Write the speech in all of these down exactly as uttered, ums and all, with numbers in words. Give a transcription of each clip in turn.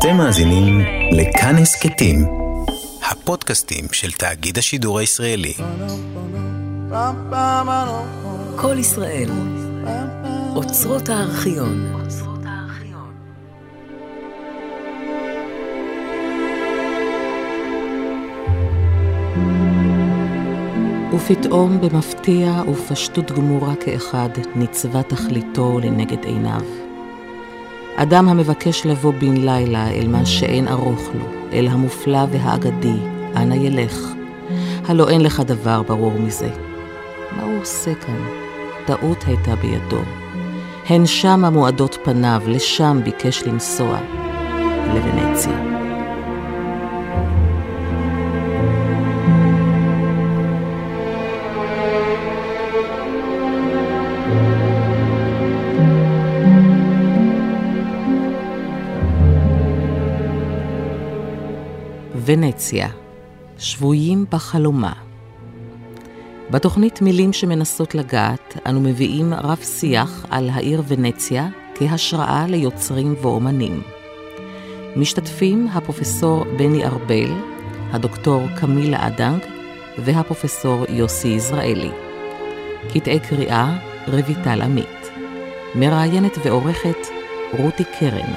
אתם מאזינים לכאן הסכתים, הפודקאסטים של תאגיד השידור הישראלי. כל ישראל, אוצרות הארכיון. ופתאום במפתיע ופשטות גמורה כאחד ניצבה תכליתו לנגד עיניו. אדם המבקש לבוא בן לילה אל מה שאין ארוך לו, אל המופלא והאגדי, אנה ילך. הלא אין לך דבר ברור מזה. מה הוא עושה כאן? טעות הייתה בידו. הן שם המועדות פניו, לשם ביקש לנסוע, לוונציה. ונציה, שבויים בחלומה. בתוכנית מילים שמנסות לגעת, אנו מביאים רב שיח על העיר ונציה כהשראה ליוצרים ואומנים. משתתפים הפרופסור בני ארבל, הדוקטור קמילה אדנג והפרופסור יוסי יזרעאלי. קטעי קריאה רויטל עמית. מראיינת ועורכת רותי קרן.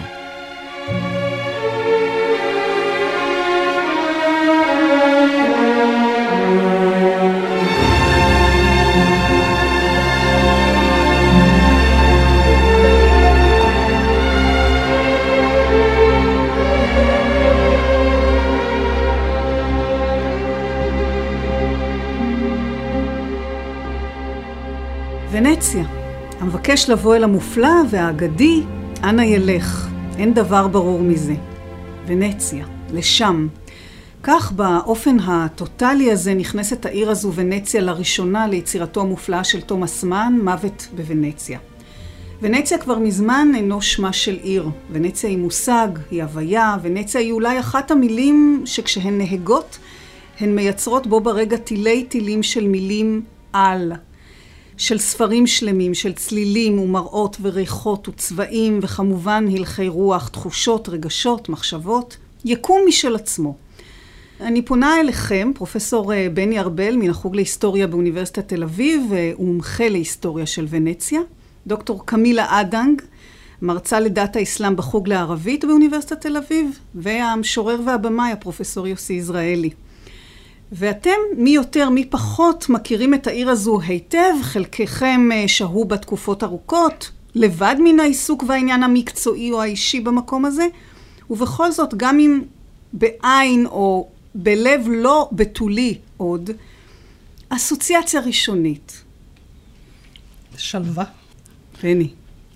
ונציה, המבקש לבוא אל המופלא והאגדי, אנה ילך. אין דבר ברור מזה. ונציה, לשם. כך באופן הטוטלי הזה נכנסת העיר הזו ונציה לראשונה ליצירתו המופלאה של תומאס מן, מוות בוונציה. ונציה כבר מזמן אינו שמה של עיר. ונציה היא מושג, היא הוויה. ונציה היא אולי אחת המילים שכשהן נהגות, הן מייצרות בו ברגע תילי תילים של מילים על. של ספרים שלמים, של צלילים ומראות וריחות וצבעים, וכמובן הלכי רוח, תחושות, רגשות, מחשבות, יקום משל עצמו. אני פונה אליכם, פרופסור בני ארבל, מן החוג להיסטוריה באוניברסיטת תל אביב, ומומחה להיסטוריה של ונציה, דוקטור קמילה אדנג, מרצה לדת האסלאם בחוג לערבית באוניברסיטת תל אביב, והמשורר והבמאי, הפרופסור יוסי יזרעאלי. ואתם מי יותר מי פחות מכירים את העיר הזו היטב, חלקכם שהו בתקופות ארוכות, לבד מן העיסוק והעניין המקצועי או האישי במקום הזה, ובכל זאת גם אם בעין או בלב לא בתולי עוד, אסוציאציה ראשונית. שלווה. בני.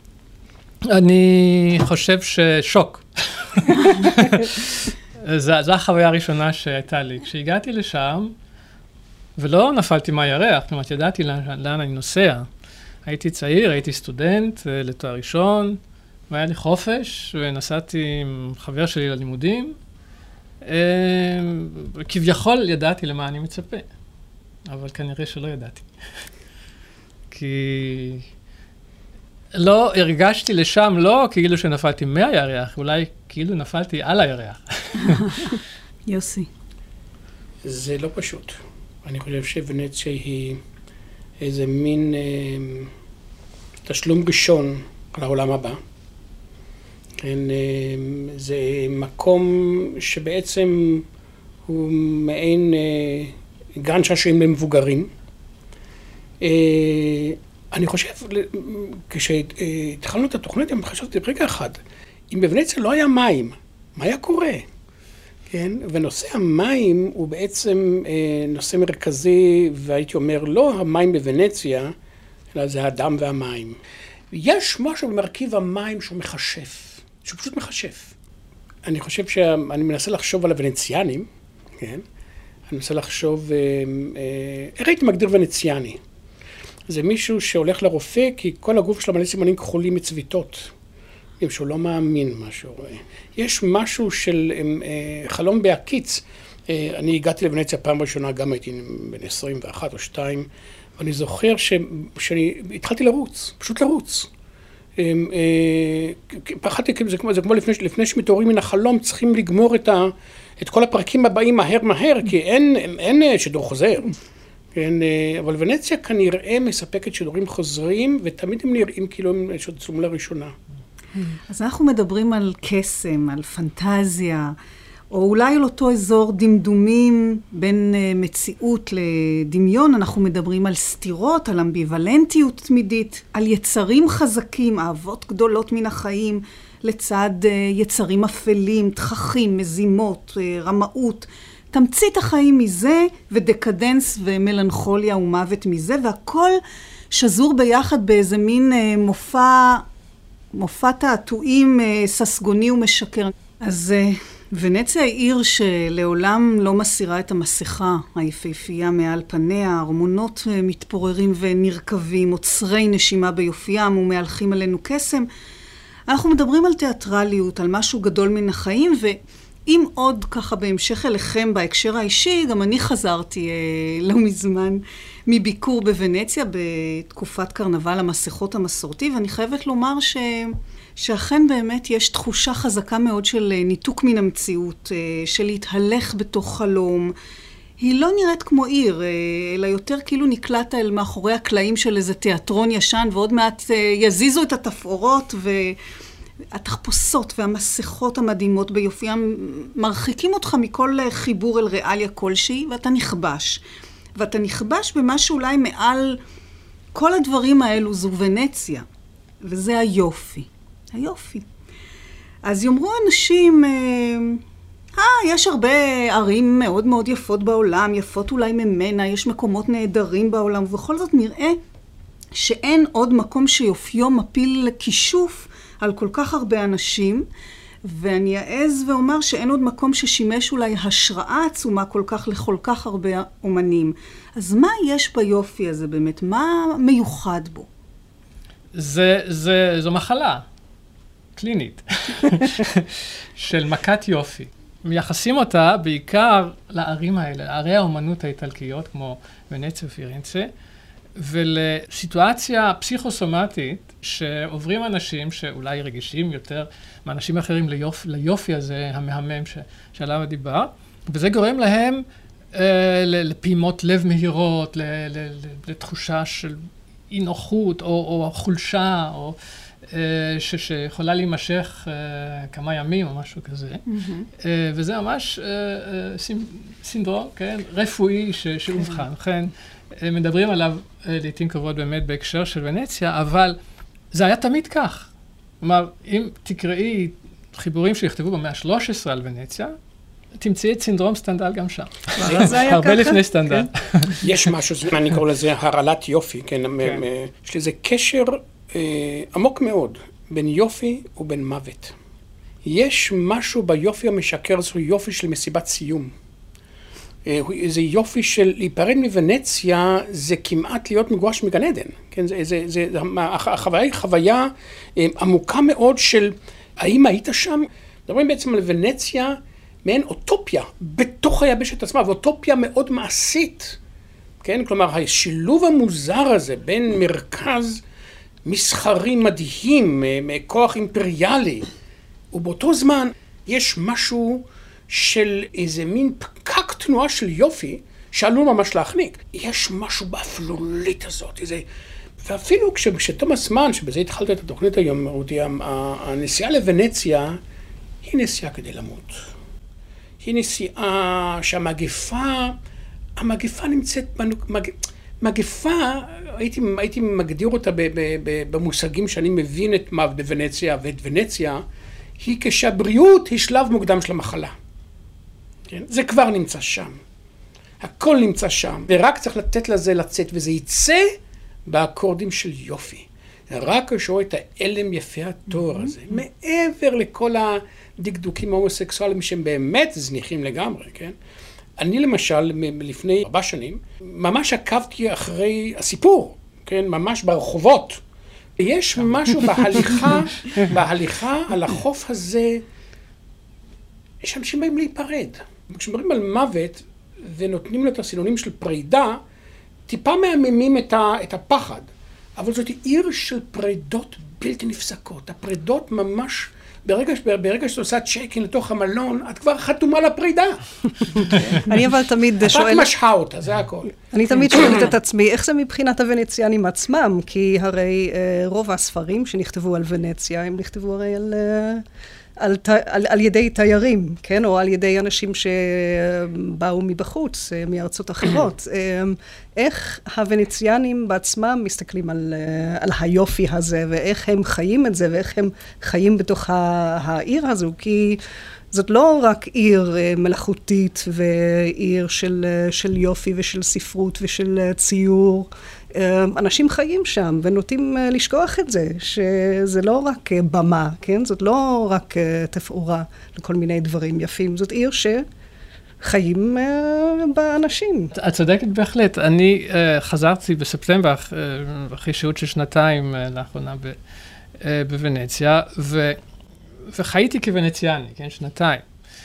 אני חושב ששוק. זו החוויה הראשונה שהייתה לי. כשהגעתי לשם, ולא נפלתי מהירח, כלומר, ידעתי לאן, לאן אני נוסע. הייתי צעיר, הייתי סטודנט לתואר ראשון, והיה לי חופש, ונסעתי עם חבר שלי ללימודים. כביכול ידעתי למה אני מצפה, אבל כנראה שלא ידעתי. כי לא הרגשתי לשם, לא כאילו שנפלתי מהירח, אולי כאילו נפלתי על הירח. יוסי. זה לא פשוט. אני חושב שוונציה היא איזה מין אה, תשלום ראשון על העולם הבא. כן, אה, זה מקום שבעצם הוא מעין אה, גן שעשועים למבוגרים. אה, אני חושב, כשהתחלנו את התוכנית, אני חשבתי ברגע אחד, אם בוונציה לא היה מים, מה היה קורה? כן? ונושא המים הוא בעצם אה, נושא מרכזי, והייתי אומר, לא המים בוונציה, אלא זה האדם והמים. יש משהו במרכיב המים שהוא מחשף, שהוא פשוט מחשף. אני חושב שאני מנסה לחשוב על הוונציאנים, כן? אני מנסה לחשוב, אה, אה, איך הייתי מגדיר ונציאני? זה מישהו שהולך לרופא, כי כל הגוף שלו מלא סימנים כחולים מצביטות. שהוא לא מאמין מה שהוא רואה. יש משהו של חלום בהקיץ. אני הגעתי לוונציה פעם ראשונה, גם הייתי בן עשרים ואחת או שתיים, ואני זוכר ש... שאני התחלתי לרוץ, פשוט לרוץ. פחדתי, זה כמו, זה כמו לפני, לפני שמתעוררים מן החלום, צריכים לגמור את, ה, את כל הפרקים הבאים מהר מהר, כי אין, אין שידור חוזר. כן, אבל ונציה כנראה מספקת שידורים חוזרים, ותמיד הם נראים כאילו הם צולמו לראשונה. אז אנחנו מדברים על קסם, על פנטזיה, או אולי על אותו אזור דמדומים בין מציאות לדמיון. אנחנו מדברים על סתירות, על אמביוולנטיות תמידית, על יצרים חזקים, אהבות גדולות מן החיים, לצד יצרים אפלים, תככים, מזימות, רמאות. תמצית החיים מזה, ודקדנס ומלנכוליה ומוות מזה, והכל שזור ביחד באיזה מין מופע, מופע תעתועים ססגוני ומשקר. אז ונציה היא עיר שלעולם לא מסירה את המסכה היפהפייה מעל פניה, ארמונות מתפוררים ונרכבים, עוצרי נשימה ביופיים ומהלכים עלינו קסם. אנחנו מדברים על תיאטרליות, על משהו גדול מן החיים, ואם עוד ככה בהמשך אליכם בהקשר האישי, גם אני חזרתי אה, לא מזמן מביקור בוונציה בתקופת קרנבל המסכות המסורתי, ואני חייבת לומר ש... שאכן באמת יש תחושה חזקה מאוד של ניתוק מן המציאות, של להתהלך בתוך חלום. היא לא נראית כמו עיר, אלא יותר כאילו נקלעת אל מאחורי הקלעים של איזה תיאטרון ישן, ועוד מעט יזיזו את התפאורות, והתחפושות והמסכות המדהימות ביופיים מרחיקים אותך מכל חיבור אל ריאליה כלשהי, ואתה נכבש. ואתה נכבש במה שאולי מעל כל הדברים האלו זו ונציה, וזה היופי. היופי. אז יאמרו אנשים, אה, יש הרבה ערים מאוד מאוד יפות בעולם, יפות אולי ממנה, יש מקומות נהדרים בעולם, ובכל זאת נראה שאין עוד מקום שיופיו מפיל לכישוף על כל כך הרבה אנשים, ואני אעז ואומר שאין עוד מקום ששימש אולי השראה עצומה כל כך לכל כך הרבה אומנים. אז מה יש ביופי הזה באמת? מה מיוחד בו? זה, זה, זו מחלה קלינית של מכת יופי. מייחסים אותה בעיקר לערים האלה, ערי האומנות האיטלקיות כמו ונציה ופירנצה, ולסיטואציה פסיכוסומטית שעוברים אנשים שאולי רגישים יותר מאנשים אחרים ליופ, ליופי הזה המהמם ש, שעליו הדיבר, וזה גורם להם אה, לפעימות לב מהירות, ל, ל, לתחושה של אי נוחות או, או חולשה, או ש, שיכולה להימשך uh, כמה ימים או משהו כזה. Mm-hmm. Uh, וזה ממש uh, uh, סינדרום, כן, רפואי ש, שהובחן. לכן uh, מדברים עליו uh, לעתים קרובות באמת בהקשר של ונציה, אבל זה היה תמיד כך. כלומר, אם תקראי חיבורים שנכתבו במאה ה-שלוש עשרה על ונציה, תמצאי את סינדרום סטנדל גם שם. הרבה לפני סטנדל. יש משהו, אני קורא לזה הרעלת יופי, כן, יש לזה קשר עמוק מאוד בין יופי ובין מוות. יש משהו ביופי המשקר, זה יופי של מסיבת סיום. זה יופי של להיפרד מוונציה, זה כמעט להיות מגורש מגן עדן. כן, זה, זה, זה, החוויה היא חוויה עמוקה מאוד של האם היית שם? מדברים בעצם על ונציה, מעין אוטופיה בתוך היבשת עצמה, ואוטופיה מאוד מעשית. כן, כלומר, השילוב המוזר הזה בין מרכז מסחרי מדהים, כוח אימפריאלי, ובאותו זמן יש משהו של איזה מין פקק תנועה של יופי, שעלול ממש להחניק. יש משהו באפלולית הזאת, איזה... ואפילו כשתומאס מן, שבזה התחלת את התוכנית היום, רודי, הנסיעה לוונציה היא נסיעה כדי למות. היא נסיעה שהמגפה, המגפה נמצאת... מג... מגפה, הייתי, הייתי מגדיר אותה ב, ב, ב, במושגים שאני מבין את מה בוונציה ואת ונציה, היא כשהבריאות היא שלב מוקדם של המחלה. כן? זה כבר נמצא שם. הכל נמצא שם, ורק צריך לתת לזה לצאת, וזה יצא באקורדים של יופי. רק כשהוא את האלם יפה התואר הזה, מעבר לכל הדקדוקים ההומוסקסואליים שהם באמת זניחים לגמרי, כן? אני למשל, לפני ארבע שנים, ממש עקבתי אחרי הסיפור, כן? ממש ברחובות. יש משהו בהליכה, בהליכה על החוף הזה, יש אנשים באים להיפרד. כשמדברים על מוות ונותנים לו את הסינונים של פרידה, טיפה מהממים את, ה, את הפחד. אבל זאת עיר של פרידות בלתי נפסקות. הפרידות ממש, ברגע, ברגע שאת עושה צ'קין לתוך המלון, את כבר חתומה לפרידה. אני אבל תמיד שואלת... את רק משכה אותה, זה הכל. אני תמיד שואלת את עצמי, איך זה מבחינת הוונציאנים עצמם? כי הרי רוב הספרים שנכתבו על ונציה, הם נכתבו הרי על... על, על, על ידי תיירים, כן? או על ידי אנשים שבאו מבחוץ, מארצות אחרות. איך הוונציאנים בעצמם מסתכלים על, על היופי הזה, ואיך הם חיים את זה, ואיך הם חיים בתוך העיר הזו, כי זאת לא רק עיר מלאכותית, ועיר של, של יופי ושל ספרות ושל ציור, אנשים חיים שם ונוטים לשכוח את זה, שזה לא רק במה, כן? זאת לא רק תפאורה לכל מיני דברים יפים, זאת עיר שחיים באנשים. את צודקת בהחלט. אני חזרתי בספטמבר, אחרי שהות של שנתיים לאחרונה בוונציה, וחייתי כוונציאני, כן? שנתיים.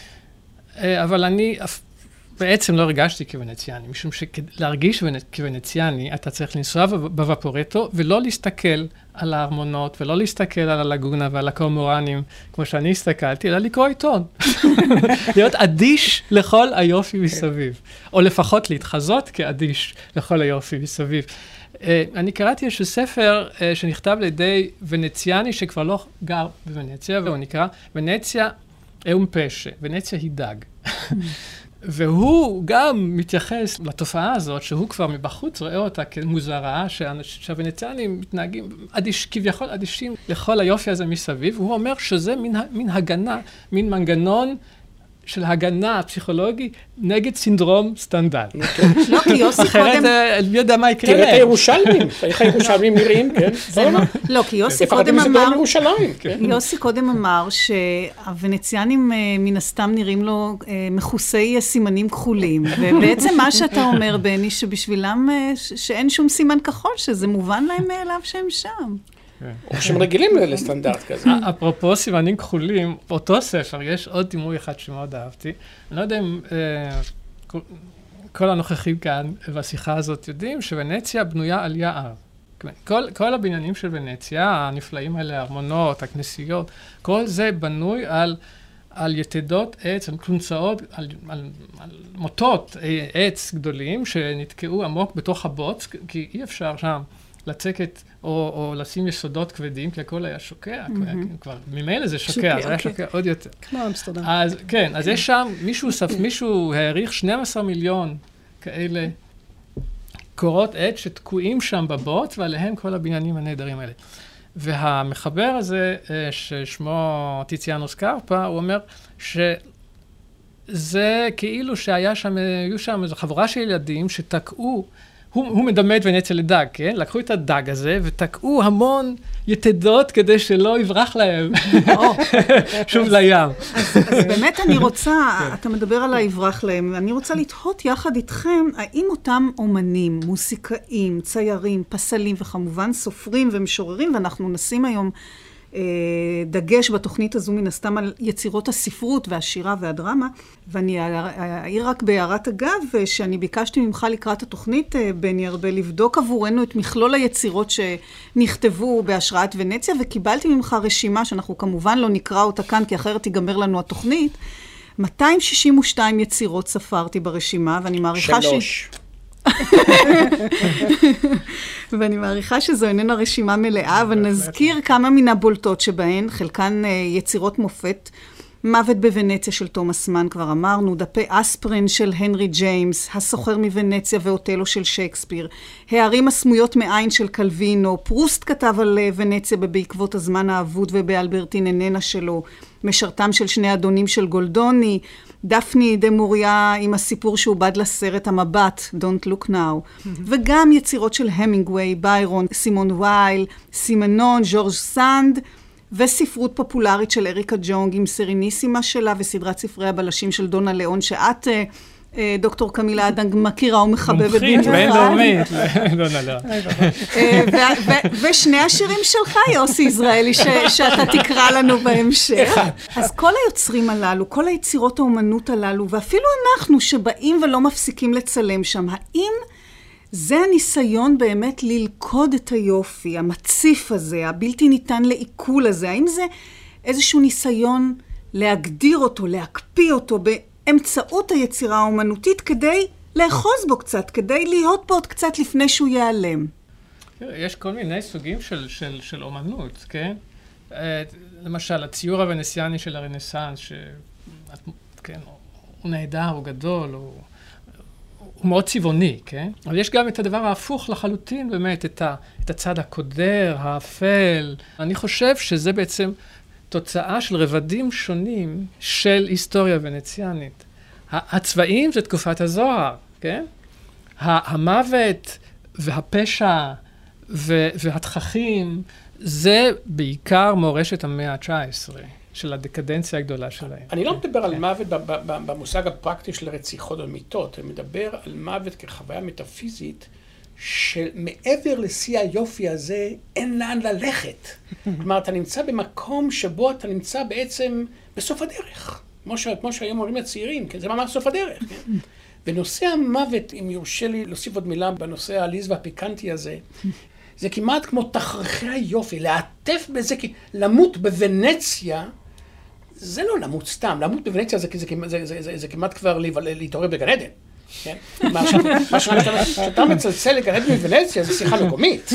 אבל אני... בעצם לא הרגשתי כוונציאני, משום שלהרגיש כוונציאני, אתה צריך לנסוע בוופורטו, ולא להסתכל על הארמונות, ולא להסתכל על הלגונה ועל הקורמורנים, כמו שאני הסתכלתי, אלא לקרוא עיתון. להיות אדיש לכל היופי מסביב. או לפחות להתחזות כאדיש לכל היופי מסביב. אני קראתי איזשהו ספר שנכתב לידי ונציאני, שכבר לא גר בוונציה, והוא נקרא ונציה אום פשע, ונציה היא דג. והוא גם מתייחס לתופעה הזאת, שהוא כבר מבחוץ רואה אותה כמוזרה, שהוונציאנים מתנהגים אדיש, כביכול אדישים לכל היופי הזה מסביב, והוא אומר שזה מין, מין הגנה, מין מנגנון של הגנה פסיכולוגי נגד סינדרום סטנדל. לא, כי יוסי קודם... אחרת, מי יודע מה יקרה להם. תראה את הירושלמים, איך הירושלמים נראים, כן? לא, כי יוסי קודם אמר... ירושלים, יוסי קודם אמר שהוונציאנים מן הסתם נראים לו מחוסי סימנים כחולים, ובעצם מה שאתה אומר, בני, שבשבילם שאין שום סימן כחול, שזה מובן להם מאליו שהם שם. או שהם רגילים לסטנדרט כזה. אפרופו סימנים כחולים, באותו ספר יש עוד דימוי אחד שמאוד אהבתי. אני לא יודע אם כל הנוכחים כאן בשיחה הזאת יודעים שוונציה בנויה על יער. כל הבניינים של ונציה, הנפלאים האלה, הארמונות, הכנסיות, כל זה בנוי על על יתדות עץ, על קלונסאות, על, על, על מוטות עץ גדולים שנתקעו עמוק בתוך הבוץ, כי אי אפשר שם לצקת או, או לשים יסודות כבדים, כי הכל היה שוקע, mm-hmm. כבר ממילא זה שוקע, זה היה שוקע עוד יותר. כמו אמסטרדם. אז כן, אז יש שם, מישהו, מישהו העריך שנים עשר מיליון כאלה קורות עץ שתקועים שם בבוץ, ועליהם כל הבניינים הנהדרים האלה. והמחבר הזה, ששמו טיציאנו סקרפה, הוא אומר שזה כאילו שהיה שם, היו שם איזו חבורה של ילדים שתקעו, הוא, הוא מדמה את ונציה לדג, כן? לקחו את הדג הזה ותקעו המון יתדות כדי שלא יברח להם שוב לים. אז, אז באמת אני רוצה, אתה מדבר על היברח להם, אני רוצה לתהות יחד איתכם, האם אותם אומנים, מוסיקאים, ציירים, פסלים וכמובן סופרים ומשוררים, ואנחנו נשים היום דגש בתוכנית הזו מן הסתם על יצירות הספרות והשירה והדרמה, ואני אעיר רק בהערת אגב, שאני ביקשתי ממך לקראת התוכנית, בני הרבה, לבדוק עבורנו את מכלול היצירות שנכתבו בהשראת ונציה, וקיבלתי ממך רשימה שאנחנו כמובן לא נקרא אותה כאן, כי אחרת תיגמר לנו התוכנית. מאתיים שישים ושתיים יצירות ספרתי ברשימה, ואני מעריכה ש... שלוש. ואני מעריכה שזו איננה רשימה מלאה, אבל נזכיר כמה מן הבולטות שבהן, חלקן יצירות מופת, מוות בוונציה של תומאס מן, כבר אמרנו, דפי אספרן של הנרי ג'יימס, הסוחר מוונציה ואוטלו של שייקספיר, הערים הסמויות מעין של קלווינו, פרוסט כתב על ונציה בעקבות הזמן האבוד ובאלברטין איננה שלו, משרתם של שני אדונים של גולדוני, דפני דה מוריה עם הסיפור שעובד לסרט המבט, Don't Look Now, וגם יצירות של המינגווי, ביירון, סימון וייל, סימנון, ז'ורג' סנד, וספרות פופולרית של אריקה ג'ונג עם סריניסימה שלה, וסדרת ספרי הבלשים של דונה ליאון, שאת, דוקטור קמילה אדנג, מכירה ומחבבת. מומחית, בינלאומית, דונה ליאון. ושני השירים שלך, יוסי יזרעאלי, שאתה תקרא לנו בהמשך. אז כל היוצרים הללו, כל היצירות האומנות הללו, ואפילו אנחנו שבאים ולא מפסיקים לצלם שם, האם זה הניסיון באמת ללכוד את היופי, המציף הזה, הבלתי ניתן לעיכול הזה. האם זה איזשהו ניסיון להגדיר אותו, להקפיא אותו באמצעות היצירה האומנותית כדי לאחוז בו קצת, כדי להיות בו עוד קצת לפני שהוא ייעלם? יש כל מיני סוגים של, של, של אומנות, כן? למשל, הציור הוונציאני של הרנסאנס, ש... כן, הוא נהדר, הוא גדול, הוא... הוא מאוד צבעוני, כן? אבל יש גם את הדבר ההפוך לחלוטין, באמת, את, ה, את הצד הקודר, האפל. אני חושב שזה בעצם תוצאה של רבדים שונים של היסטוריה ונציאנית. הצבעים זה תקופת הזוהר, כן? המוות והפשע והתככים, זה בעיקר מורשת המאה ה-תשע עשרה. של הדקדנציה הגדולה שלהם. אני לא מדבר על מוות במושג הפרקטי של רציחות ומיתות, אני מדבר על מוות כחוויה מטאפיזית, שמעבר לשיא היופי הזה, אין לאן ללכת. כלומר, אתה נמצא במקום שבו אתה נמצא בעצם בסוף הדרך. כמו שהיום אומרים לצעירים, זה ממש סוף הדרך. ונושא המוות, אם יורשה לי להוסיף עוד מילה בנושא העליז והפיקנטי הזה, זה כמעט כמו תכריכי היופי, לעטף בזה, למות בוונציה, זה לא למות סתם, למות בוונציה זה, זה, זה, זה, זה, זה כמעט כבר להתעורר בגן עדן. כן? מה שאתה מצלצל לגן עדן בוונציה, זה שיחה מקומית.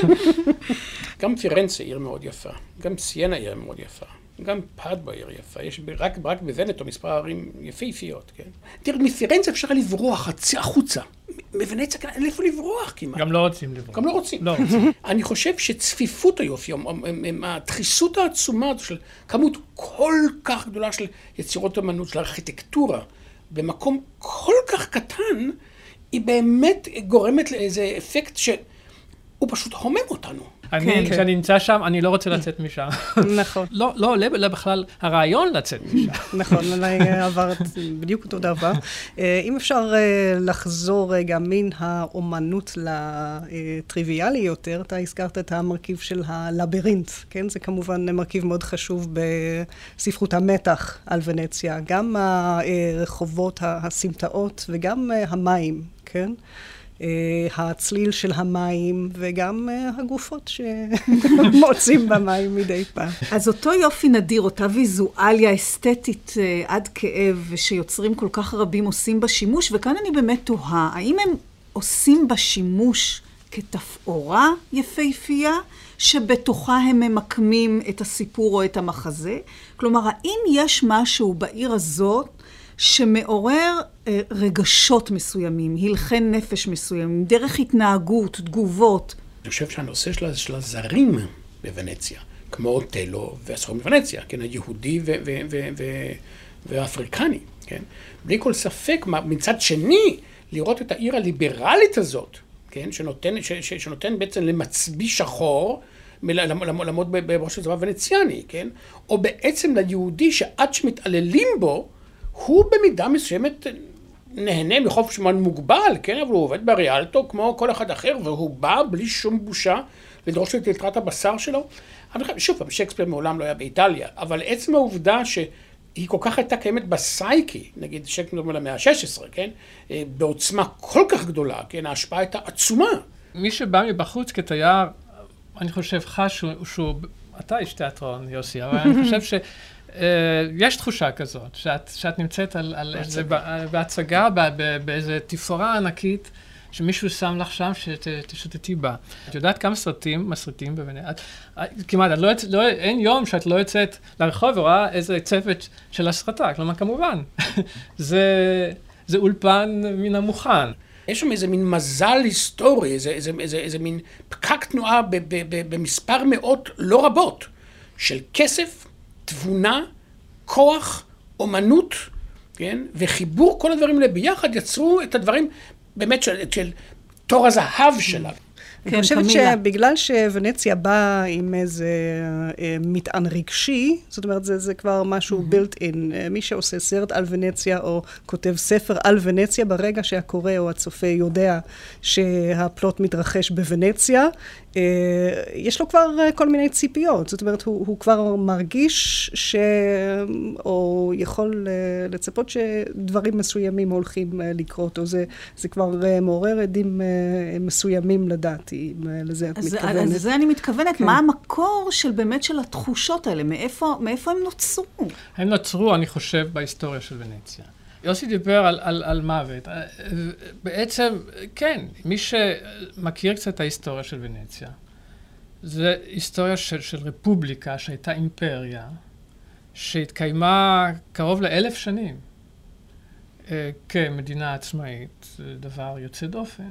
גם פירנצה עיר מאוד יפה, גם סיינה עיר מאוד יפה, גם פאדווה עיר יפה, יש רק, רק בוונטו מספר ערים יפהפיות, כן? תראה, מפירנצה אפשר לברוח החוצה. מוונציה כאן אין איפה לברוח כמעט. גם לא רוצים לברוח. גם לא רוצים. לא רוצים. אני חושב שצפיפות היופי, התחיסות העצומה של כמות כל כך גדולה של יצירות אמנות, של ארכיטקטורה, במקום כל כך קטן, היא באמת גורמת לאיזה אפקט שהוא פשוט הומם אותנו. אני, כשאני נמצא שם, אני לא רוצה לצאת משם. נכון. לא, לא, לא בכלל הרעיון לצאת משם. נכון, אני עברת בדיוק אותו דבר. אם אפשר לחזור רגע מן האומנות לטריוויאלי יותר, אתה הזכרת את המרכיב של הלבירינט, כן? זה כמובן מרכיב מאוד חשוב בספרות המתח על ונציה, גם הרחובות, הסמטאות וגם המים, כן? הצליל של המים וגם הגופות שמוצאים במים מדי פעם. אז אותו יופי נדיר, אותה ויזואליה אסתטית עד כאב, ושיוצרים כל כך רבים עושים בשימוש, וכאן אני באמת תוהה, האם הם עושים בשימוש כתפאורה יפהפייה, שבתוכה הם ממקמים את הסיפור או את המחזה? כלומר, האם יש משהו בעיר הזאת שמעורר אה, רגשות מסוימים, הלכי נפש מסוימים, דרך התנהגות, תגובות? אני חושב שהנושא של, של הזרים בוונציה, כמו אוטלו והספרים בוונציה, כן, היהודי ו- ו- ו- ו- והאפריקני, כן, בלי כל ספק, מצד שני, לראות את העיר הליברלית הזאת, כן, שנותן, ש- ש- שנותן בעצם למצביא שחור, לעמוד בראש הצבא הוונציאני, כן, או בעצם ליהודי שעד שמתעללים בו, הוא במידה מסוימת נהנה מחופש זמן מוגבל, כן? אבל הוא עובד בריאלטו כמו כל אחד אחר, והוא בא בלי שום בושה לדרוש את יתרת הבשר שלו. שוב, שייקספיר מעולם לא היה באיטליה, אבל עצם העובדה שהיא כל כך הייתה קיימת בסייקי, נגיד שייקספיר למאה ה-שש עשרה, כן? בעוצמה כל כך גדולה, כן? ההשפעה הייתה עצומה. מי שבא מבחוץ כתייר, אני חושב חש שהוא, שהוא אתה איש תיאטרון, יוסי, אבל אני חושב ש... יש תחושה כזאת, שאת, שאת נמצאת על, על איזה, בהצגה, באיזה תפאורה ענקית, שמישהו שם לך שם שתשוטטי בה. את יודעת כמה סרטים, מסרטים בוונציה? כמעט, לא, לא, אין יום שאת לא יוצאת לרחוב ורואה איזה צוות של הסרטה, כלומר, כמובן. זה, זה אולפן מן המוכן. יש שם איזה מין מזל היסטורי, איזה, איזה, איזה, איזה מין פקק תנועה ב, ב, ב, במספר מאות לא רבות של כסף, תבונה, כוח, אומנות, כן? וחיבור כל הדברים האלה ביחד יצרו את הדברים באמת של, של תור הזהב שלה. אני חושבת שבגלל שוונציה באה עם איזה מטען רגשי, זאת אומרת, זה, זה כבר משהו built in. מי שעושה סרט על ונציה או כותב ספר על ונציה, ברגע שהקורא או הצופה יודע שהפלוט מתרחש בוונציה, יש לו כבר כל מיני ציפיות, זאת אומרת, הוא, הוא כבר מרגיש ש... או יכול לצפות שדברים מסוימים הולכים לקרות, או זה, זה כבר מעורר עדים מסוימים לדעתי, אם לזה את אז, מתכוונת. אז זה אני מתכוונת, כן. מה המקור של באמת של התחושות האלה? מאיפה, מאיפה הם נוצרו? הם נוצרו, אני חושב, בהיסטוריה של ונציה. יוסי דיבר על, על, על מוות. בעצם, כן, מי שמכיר קצת את ההיסטוריה של ונציה, זה היסטוריה של, של רפובליקה שהייתה אימפריה, שהתקיימה קרוב לאלף שנים כמדינה עצמאית, דבר יוצא דופן,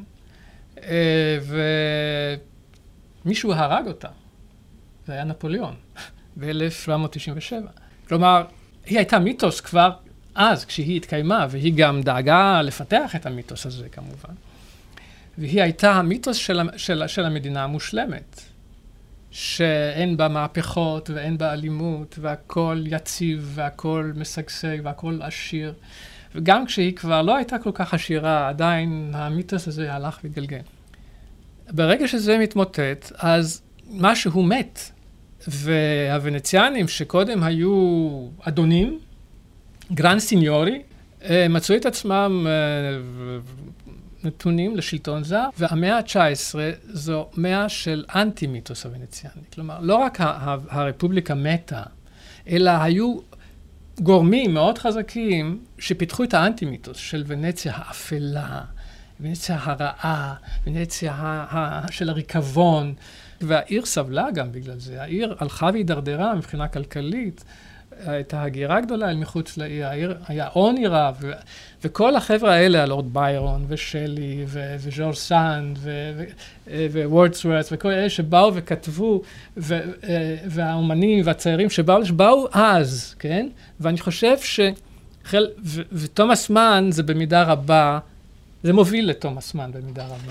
ומישהו הרג אותה, זה היה נפוליאון, ב-אלף שבע מאות תשעים ושבע. כלומר, היא הייתה מיתוס כבר אז, כשהיא התקיימה, והיא גם דאגה לפתח את המיתוס הזה, כמובן. והיא הייתה המיתוס של, של, של המדינה המושלמת, שאין בה מהפכות ואין בה אלימות, והכל יציב, והכל משגשג, והכל עשיר. וגם כשהיא כבר לא הייתה כל כך עשירה, עדיין המיתוס הזה הלך וגלגל. ברגע שזה מתמוטט, אז משהו מת. והוונציאנים שקודם היו אדונים, גרנד סיניורי, מצאו את עצמם נתונים לשלטון זר, והמאה ה-תשע עשרה זו מאה של אנטי-מיתוס הוונציאני. כלומר, לא רק הרפובליקה מתה, אלא היו גורמים מאוד חזקים שפיתחו את האנטי-מיתוס של ונציה האפלה, ונציה הרעה, ונציה של הריקבון, והעיר סבלה גם בגלל זה. העיר הלכה והידרדרה מבחינה כלכלית, הייתה הגירה גדולה אל מחוץ לעיר, העיר היה עוני רב, ו- וכל החבר'ה האלה, הלורד ביירון ושלי ו- וז'ורז' סנד ווורדסוורת' וכל אלה שבאו וכתבו, ו- והאומנים והציירים שבאו, שבאו אז, כן? ואני חושב שחל... ו- ותומאס מן זה במידה רבה, זה מוביל לתומאס מן במידה רבה.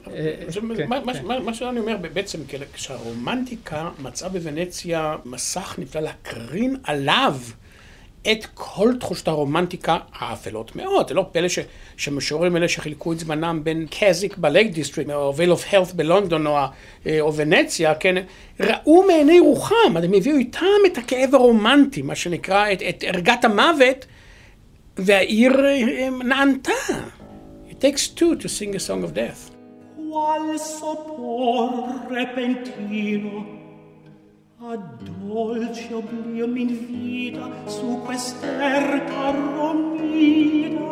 מה שאני אומר בעצם, כשהרומנטיקה מצאה בוונציה מסך נפלא להקרין עליו את כל תחושת הרומנטיקה האפלות מאוד. זה לא פלא שמשוררים אלה שחילקו את זמנם בין קזיק בלייק דיסטריקט, או וייל אוף הלת' בלונדון או ונציה, ראו מעיני רוחם, הם הביאו איתם את הכאב הרומנטי, מה שנקרא, את ערגת המוות, והעיר נענתה. It takes two to sing a song of death. Qual sopor repentino a dolce oblio m'invita su quest'erca romida.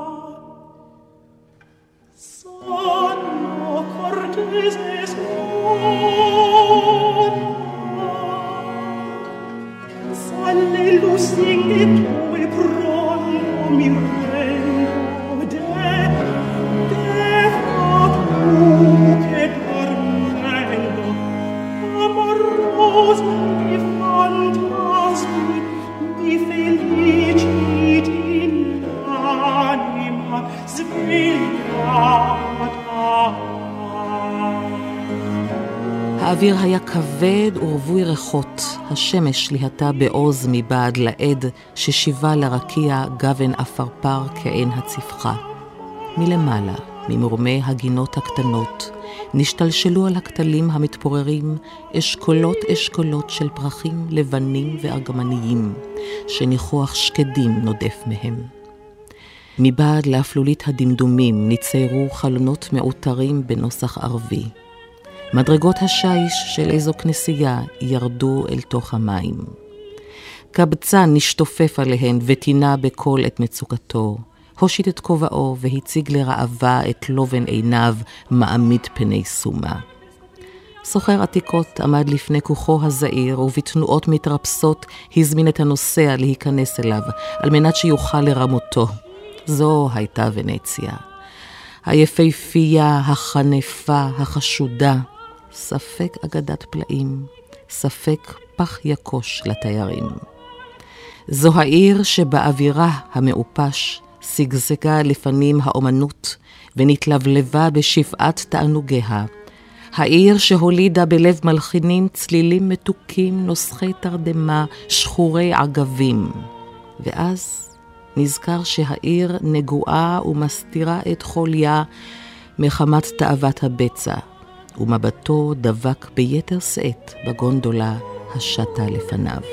Sonno cortese sonna, salle lusinge tue pronto mi rendo de che dormendo amoroso di fantasmi di feliciti in anima svegliata. האוויר היה כבד ורווי ריחות, השמש ליהתה בעוז מבעד לעד ששיבה לרקיע גוון אפרפר כעין הצפחה. מלמעלה, ממורמי הגינות הקטנות, נשתלשלו על הכתלים המתפוררים אשכולות אשכולות של פרחים לבנים וארגמניים, שניחוח שקדים נודף מהם. מבעד לאפלולית הדמדומים נציירו חלונות מעוטרים בנוסח ערבי. מדרגות השיש של איזו כנסייה ירדו אל תוך המים. קבצן נשתופף עליהן ותינה בקול את מצוקתו. הושיט את כובעו והציג לרעבה את לובן עיניו מעמיד פני סומה. סוחר עתיקות עמד לפני כוחו הזעיר ובתנועות מתרפסות הזמין את הנוסע להיכנס אליו על מנת שיוכל לרמותו. זו הייתה ונציה. היפהפייה, החנפה, החשודה, ספק אגדת פלאים, ספק פח יקוש לתיירים. זו העיר שבאווירה המאופש סגזגה לפנים האומנות ונתלבלבה בשפעת תענוגיה. העיר שהולידה בלב מלחינים צלילים מתוקים, נוסחי תרדמה, שחורי עגבים. ואז נזכר שהעיר נגועה ומסתירה את חוליה מחמת תאוות הבצע. ומבטו דבק ביתר שאת בגונדולה השטה לפניו.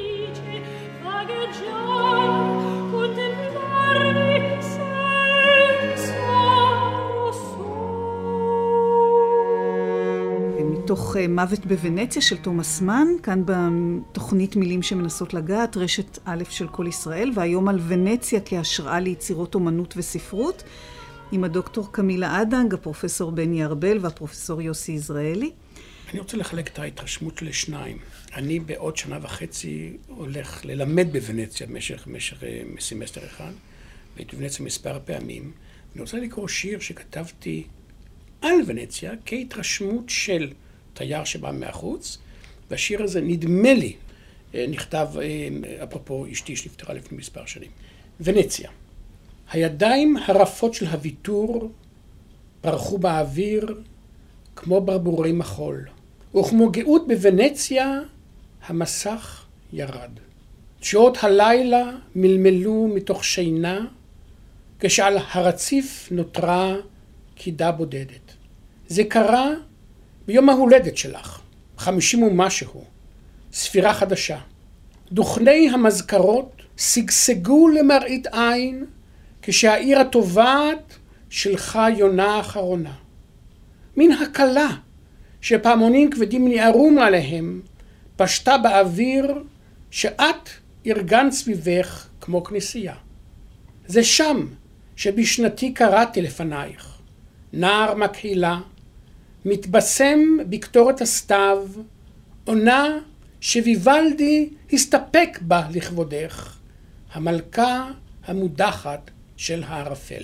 מתוך מוות בוונציה של תומאס מן, כאן בתוכנית מילים שמנסות לגעת, רשת א' של כל ישראל, והיום על ונציה כהשראה ליצירות אומנות וספרות, עם הדוקטור קמילה אדנג, הפרופסור בני ארבל והפרופסור יוסי יזרעאלי. אני רוצה לחלק את ההתרשמות לשניים. אני בעוד שנה וחצי הולך ללמד בוונציה במשך, במשך סמסטר אחד, והייתי בוונציה מספר פעמים. אני רוצה לקרוא שיר שכתבתי על ונציה כהתרשמות של תייר שבא מהחוץ, והשיר הזה נדמה לי, נכתב אפרופו אשתי שנפטרה לפני מספר שנים. ונציה. הידיים הרפות של הוויתור פרחו באוויר כמו ברבורי מחול, וכמו גאות בוונציה המסך ירד. שעות הלילה מלמלו מתוך שינה, כשעל הרציף נותרה קידה בודדת. זה קרה ביום ההולדת שלך, חמישים ומשהו, ספירה חדשה. דוכני המזכרות סגסגו למראית עין, כשהעיר הטובעת שלך יונה האחרונה. מן הקלה שפעמונים כבדים ניערו מעליהם, פשטה באוויר שאת ארגנת סביבך כמו כנסייה. זה שם שבשנתי קראתי לפנייך. נער מקהילה, מתבשם בקטורת הסתיו, עונה שוויוולדי הסתפק בה לכבודך, המלכה המודחת של הערפל.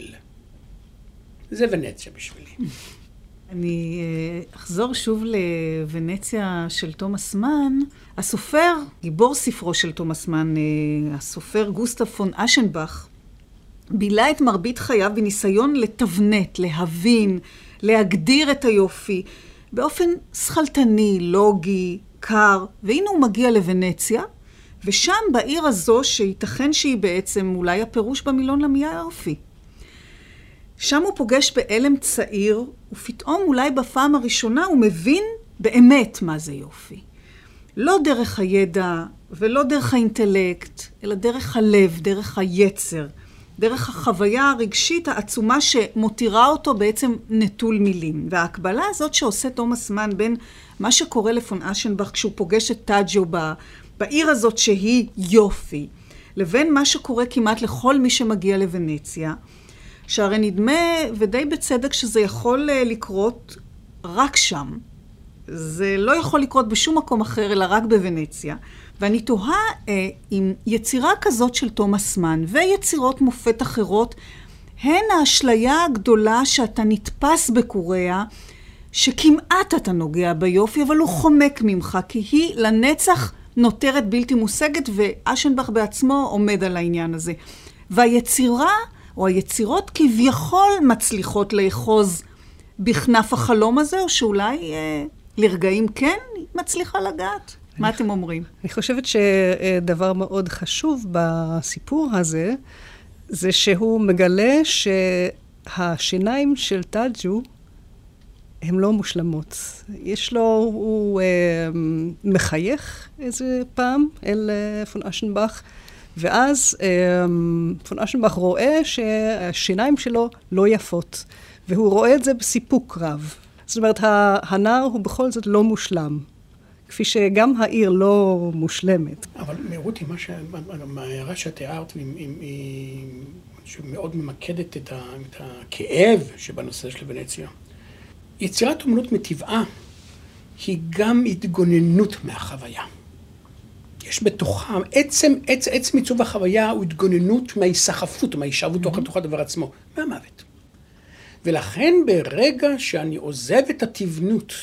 זה ונציה בשבילי. אני אחזור שוב לוונציה של תומאס מן. הסופר, גיבור ספרו של תומאס מן, הסופר גוסטב פון אשנבך, בילה את מרבית חייו בניסיון לתבנת, להבין, להגדיר את היופי, באופן שכלתני, לוגי, קר, והנה הוא מגיע לוונציה, ושם בעיר הזו שייתכן שהיא בעצם אולי הפירוש במילון למילה יופי. שם הוא פוגש באלם צעיר, ופתאום אולי בפעם הראשונה הוא מבין באמת מה זה יופי. לא דרך הידע ולא דרך האינטלקט, אלא דרך הלב, דרך היצר, דרך החוויה הרגשית העצומה שמותירה אותו בעצם נטול מילים. וההקבלה הזאת שעושה תומאס מן בין מה שקורה לפון אשנבך כשהוא פוגש את טאג'ו בעיר הזאת שהיא יופי, לבין מה שקורה כמעט לכל מי שמגיע לוונציה, שהרי נדמה ודי בצדק שזה יכול לקרות רק שם. זה לא יכול לקרות בשום מקום אחר אלא רק בוונציה. ואני תוהה אה, עם יצירה כזאת של תומאס מן ויצירות מופת אחרות, הן האשליה הגדולה שאתה נתפס בקוריאה, שכמעט אתה נוגע ביופי, אבל הוא חומק ממך, כי היא לנצח נותרת בלתי מושגת, ואשנבך בעצמו עומד על העניין הזה. והיצירה, או היצירות כביכול מצליחות לאחוז בכנף החלום הזה, או שאולי אה, לרגעים כן מצליחה לגעת. מה אתם אומרים? אני חושבת שדבר מאוד חשוב בסיפור הזה, זה שהוא מגלה שהשיניים של טאג'ו הן לא מושלמות. יש לו, הוא אה, מחייך איזה פעם אל אה, פון אשנבך, ואז אה, פון אשנבך רואה שהשיניים שלו לא יפות, והוא רואה את זה בסיפוק רב. זאת אומרת, הנער הוא בכל זאת לא מושלם. כפי שגם העיר לא מושלמת. אבל רותי, מההערה שתיארת, שמאוד ממקדת את הכאב שבנושא של וונציה, יצירת אומנות מטבעה היא גם התגוננות מהחוויה. יש בתוכה, עצם, עצם, עצם עיצוב החוויה הוא התגוננות מההיסחפות, מההישאבות תוך לתוך הדבר עצמו, מהמוות. ולכן ברגע שאני עוזב את התבנות,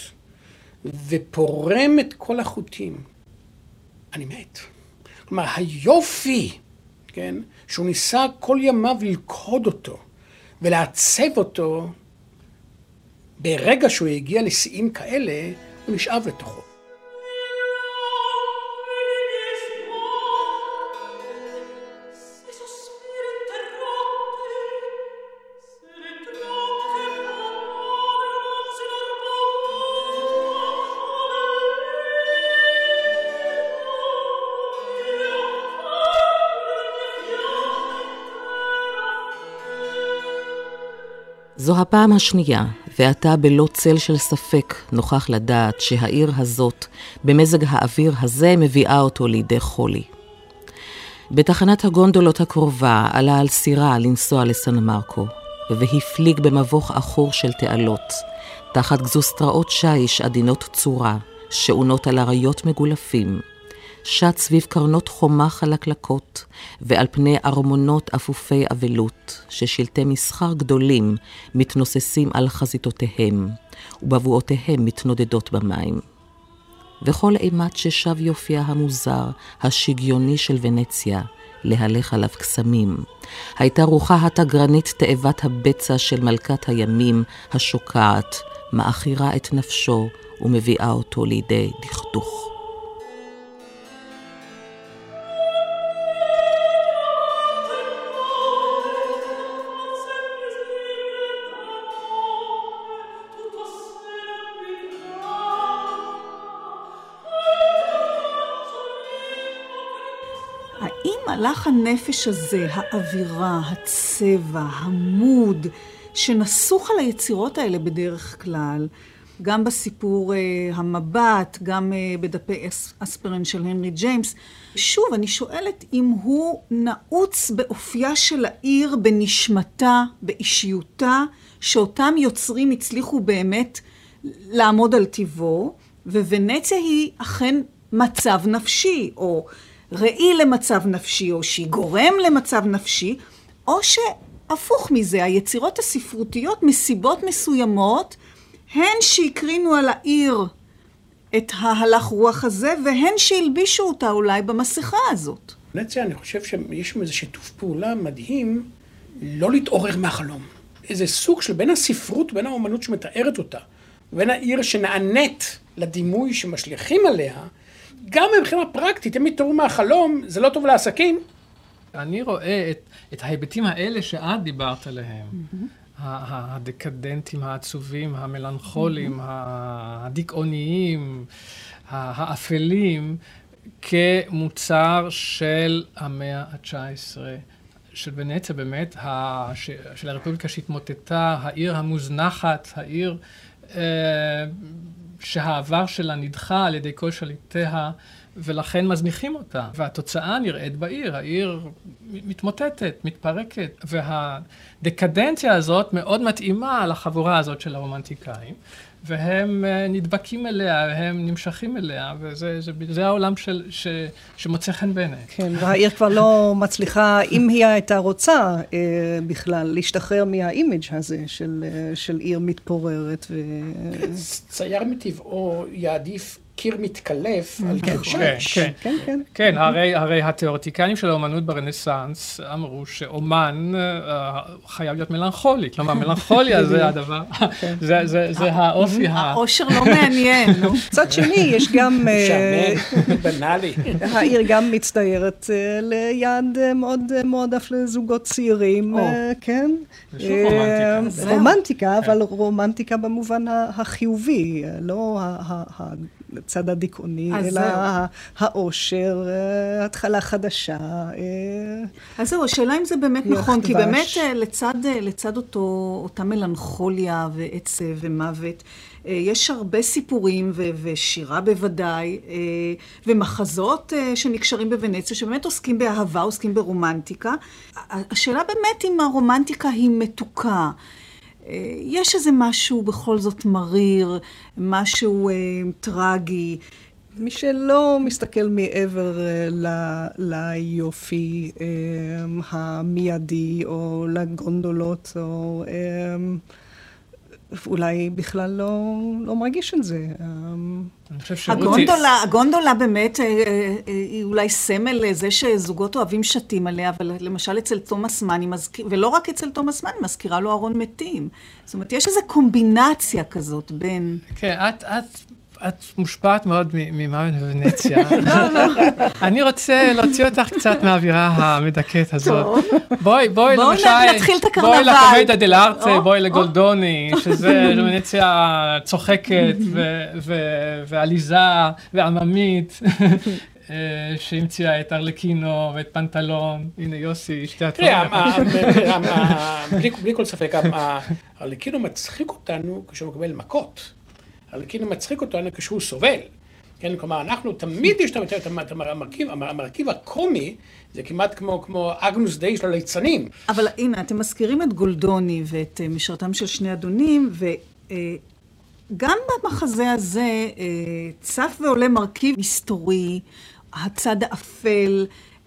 ופורם את כל החוטים, אני מת. כלומר, היופי, כן, שהוא ניסה כל ימיו ללכוד אותו, ולעצב אותו, ברגע שהוא הגיע לשיאים כאלה, הוא נשאב לתוכו. זו הפעם השנייה, ואתה בלא צל של ספק נוכח לדעת שהעיר הזאת, במזג האוויר הזה, מביאה אותו לידי חולי. בתחנת הגונדולות הקרובה עלה על סירה לנסוע לסן מרקו, והפליג במבוך אחור של תעלות, תחת גזוסטראות שיש עדינות צורה, שעונות על אריות מגולפים, שט סביב קרנות חומה חלקלקות, ועל פני ארמונות אפופי אבלות, ששלטי מסחר גדולים מתנוססים על חזיתותיהם, ובבואותיהם מתנודדות במים. וכל אימת ששב יופייה המוזר, השגיוני של ונציה, להלך עליו קסמים, הייתה רוחה התגרנית תאבת הבצע של מלכת הימים השוקעת, מאחירה את נפשו ומביאה אותו לידי דכדוך. מלאך הנפש הזה, האווירה, הצבע, המוד, שנסוך על היצירות האלה בדרך כלל, גם בסיפור uh, המבט, גם uh, בדפי אס, אספרן של הנרי ג'יימס. שוב, אני שואלת אם הוא נעוץ באופייה של העיר, בנשמתה, באישיותה, שאותם יוצרים הצליחו באמת לעמוד על טיבו, וונציה היא אכן מצב נפשי, או ראי למצב נפשי, או שהיא גורם למצב נפשי, או שהפוך מזה, היצירות הספרותיות מסיבות מסוימות, הן שהקרינו על העיר את ההלך רוח הזה, והן שהלבישו אותה אולי במסכה הזאת. ונציה, אני חושב שיש שם איזה שיתוף פעולה מדהים, לא להתעורר מהחלום. איזה סוג של בין הספרות, בין האומנות שמתארת אותה, ובין העיר שנענית לדימוי שמשליכים עליה, גם מבחינה פרקטית, אם יתעוררו מהחלום, זה לא טוב לעסקים. אני רואה את, את ההיבטים האלה שאת דיברת עליהם. Mm-hmm. הדקדנטים, העצובים, המלנכוליים, mm-hmm. הדיכאוניים, האפלים, כמוצר של המאה ה-תשע עשרה, של ונציה באמת, של הרפובליקה שהתמוטטה, העיר המוזנחת, העיר שהעבר שלה נדחה על ידי כל שליטיה, ולכן מזניחים אותה. והתוצאה נראית בעיר, העיר מתמוטטת, מתפרקת, והדקדנציה הזאת מאוד מתאימה לחבורה הזאת של הרומנטיקאים, והם נדבקים אליה, הם נמשכים אליה, וזה זה, זה העולם של, ש, שמוצא חן בעיניי. כן, והעיר כבר לא מצליחה, אם היא הייתה רוצה אה, בכלל, להשתחרר מהאימג' הזה של, אה, של עיר מתפוררת. ו... צייר מטבעו יעדיף קיר מתקלף על קיר שש. כן, כן, כן. כן, הרי, הרי התיאורטיקנים של האומנות ברנסנס אמרו שאומן חייב להיות מלנכולי. כלומר, מלנכוליה זה הדבר, זה, זה, זה האופי. האושר לא מעניין. קצת שני, יש גם... שמן, בנאלי. העיר גם מצטיירת ליד מאוד מועדף לזוגות צעירים, כן. זה שוב רומנטיקה. רומנטיקה, אבל רומנטיקה במובן החיובי, לא ה... הצד הדיכאוני, אלא האושר, התחלה חדשה. אז זהו, השאלה אם זה באמת נכון, כי באמת לצד, לצד אותו, אותה מלנכוליה ועצב ומוות, יש הרבה סיפורים ו- ושירה בוודאי, ומחזות שנקשרים בוונציה, שבאמת עוסקים באהבה, עוסקים ברומנטיקה. השאלה באמת אם הרומנטיקה היא מתוקה. יש איזה משהו בכל זאת מריר, משהו אה, טרגי. מי שלא מסתכל מעבר אה, ל, ליופי אה, המיידי, או לגונדולות, או אה, אולי בכלל לא, לא מרגיש את זה. הגונדולה, הגונדולה באמת היא אולי סמל לזה שזוגות אוהבים שתים עליה, אבל למשל אצל תומאס מאן, ולא רק אצל תומאס מאן, היא מזכירה לו ארון מתים. זאת אומרת, יש איזו קומבינציה כזאת בין... כן, את, את, את מושפעת מאוד ממוות בוונציה. אני רוצה להוציא אותך קצת מהאווירה המדכאת הזאת. בואי, בואי למשל... נתחיל את הקרנבל. בואי לקומדיה דל'ארטה, בואי לגולדוני, שזה ונציה צוחקת ועליזה ועממית. שהמציאה את ארלקינו ואת פנטלון. הנה יוסי, איש תיאטרון. בלי כל ספק, ארלקינו מצחיק אותנו כשהוא מקבל מכות. ארלקינו מצחיק אותנו כשהוא סובל. כן, כלומר, אנחנו תמיד יש את המרכיב, המרכיב הקומי, זה כמעט כמו, כמו אגנוס דיי של הליצנים. אבל הנה, אתם מזכירים את גולדוני ואת משרתם של שני אדונים, וגם במחזה הזה צף ועולה מרכיב היסטורי, הצד האפל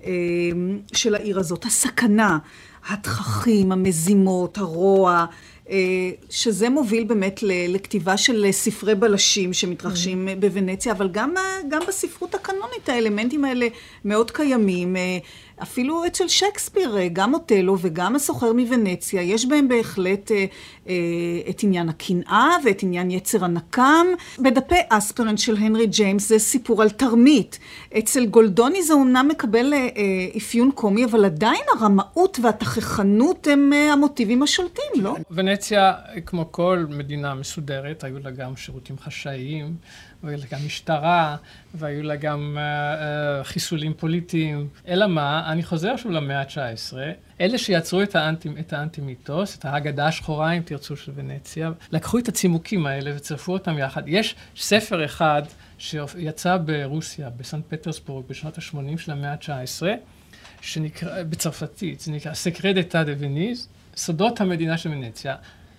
של העיר הזאת, הסכנה, התככים, המזימות, הרוע, שזה מוביל באמת לכתיבה של ספרי בלשים שמתרחשים בוונציה, אבל גם, גם בספרות הקנונית האלמנטים האלה מאוד קיימים. אפילו אצל שייקספיר, גם אוטלו וגם הסוחר מוונציה, יש בהם בהחלט אה, אה, את עניין הקנאה ואת עניין יצר הנקם. בדפי אספרן של הנרי ג'יימס זה סיפור על תרמית. אצל גולדוני זה אומנם מקבל אה, אפיון קומי, אבל עדיין הרמאות והתככנות הם אה, המוטיבים השולטים, לא? ונציה, כמו כל מדינה מסודרת, היו לה גם שירותים חשאיים, והיו לה גם משטרה, והיו לה גם uh, uh, חיסולים פוליטיים. אלא מה, אני חוזר שוב למאה ה-תשע עשרה, אלה שיצרו את, האנטי, את האנטימיתוס, את ההגדה השחורה, אם תרצו, של ונציה, לקחו את הצימוקים האלה וצרפו אותם יחד. יש ספר אחד שיצא ברוסיה, בסנט פטרסבורג, בשנות ה-שמונים של המאה ה-תשע עשרה, שנקרא, בצרפתית, זה נקרא סקרד אטה דה וניז, סודות המדינה של ונציה,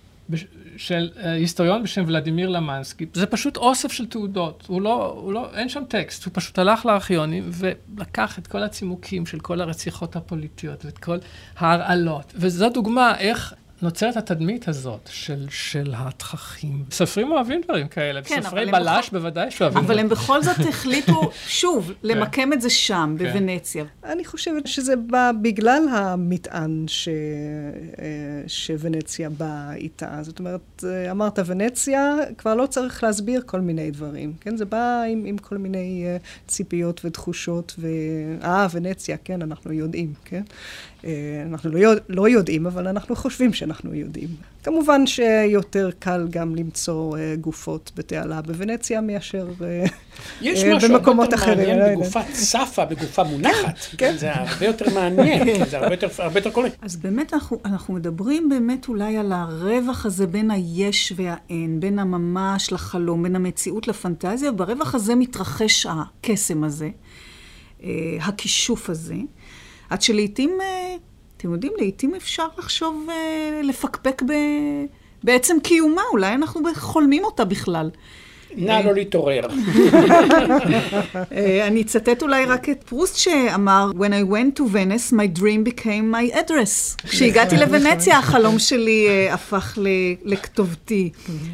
של היסטוריון בשם ולדימיר למנסקי. זה פשוט אוסף של תעודות. הוא לא, הוא לא, אין שם טקסט. הוא פשוט הלך לארכיונים ולקח את כל הצימוקים של כל הרציחות הפוליטיות ואת כל ההרעלות. וזו דוגמה איך נוצרת התדמית הזאת של, של התככים. סופרים אוהבים דברים כאלה. כן, סופרי בלש בכל... בוודאי שאוהבים. אבל הם בכל זאת החליטו, שוב, למקם את זה שם, כן. בוונציה. אני חושבת שזה בא בגלל המטען ש... שוונציה באה איתה. זאת אומרת, אמרת ונציה, כבר לא צריך להסביר כל מיני דברים. כן? זה בא עם, עם כל מיני ציפיות ותחושות, ו... אה, ונציה, כן, אנחנו יודעים, כן? אנחנו לא, יודע, לא יודעים, אבל אנחנו חושבים שאנחנו יודעים. כמובן שיותר קל גם למצוא גופות בתעלה בוונציה מאשר יש במקומות אחרים. יש משהו הרבה יותר מעניין בגופה צפה, בגופה מונחת. כן. זה הרבה יותר מעניין, זה הרבה יותר, הרבה יותר קולט. אז באמת אנחנו, אנחנו מדברים באמת אולי על הרווח הזה בין היש והאין, בין הממש לחלום, בין המציאות לפנטזיה, וברווח הזה מתרחש הקסם הזה, הכישוף הזה. עד שלעיתים, אתם יודעים, לעיתים אפשר לחשוב, לפקפק ב... בעצם קיומה, אולי אנחנו חולמים אותה בכלל. נא לא להתעורר. אני אצטט אולי רק את פרוסט שאמר, When I went to Venice, my dream became my address. כשהגעתי לוונציה, החלום שלי הפך לכתובתי.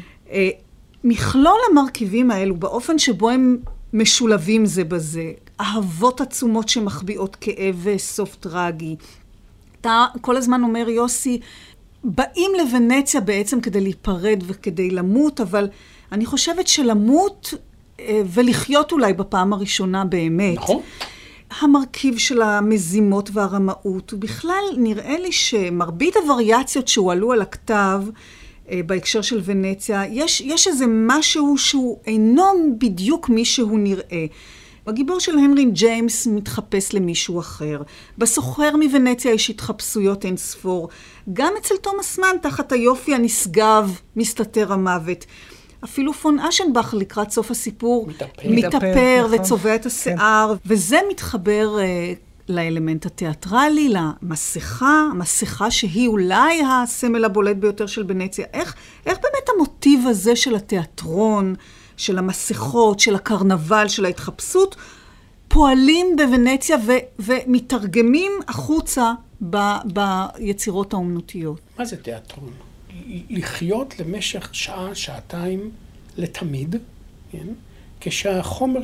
מכלול המרכיבים האלו, באופן שבו הם משולבים זה בזה, אהבות עצומות שמחביאות כאב וסוף טרגי. אתה כל הזמן אומר, יוסי, באים לוונציה בעצם כדי להיפרד וכדי למות, אבל אני חושבת שלמות ולחיות אולי בפעם הראשונה באמת. נכון. המרכיב של המזימות והרמאות, ובכלל נראה לי שמרבית הווריאציות שהועלו על הכתב, בהקשר של ונציה, יש, יש איזה משהו שהוא אינו בדיוק מי שהוא נראה. בגיבור של הנרי ג'יימס מתחפש למישהו אחר. בסוחר מוונציה יש התחפשויות אין ספור. גם אצל תומאס מן, תחת היופי הנשגב, מסתתר המוות. אפילו פון אשנבך לקראת סוף הסיפור מתאפר, מתאפר נכון. וצובע את השיער. כן. וזה מתחבר uh, לאלמנט התיאטרלי, למסכה, המסכה שהיא אולי הסמל הבולט ביותר של ונציה. איך, איך באמת המוטיב הזה של התיאטרון, של המסכות, של הקרנבל, של ההתחפשות, פועלים בוונציה ו- ומתרגמים החוצה ב- ביצירות האומנותיות. מה זה תיאטרון? לחיות למשך שעה, שעתיים, לתמיד, כן? כשהחומר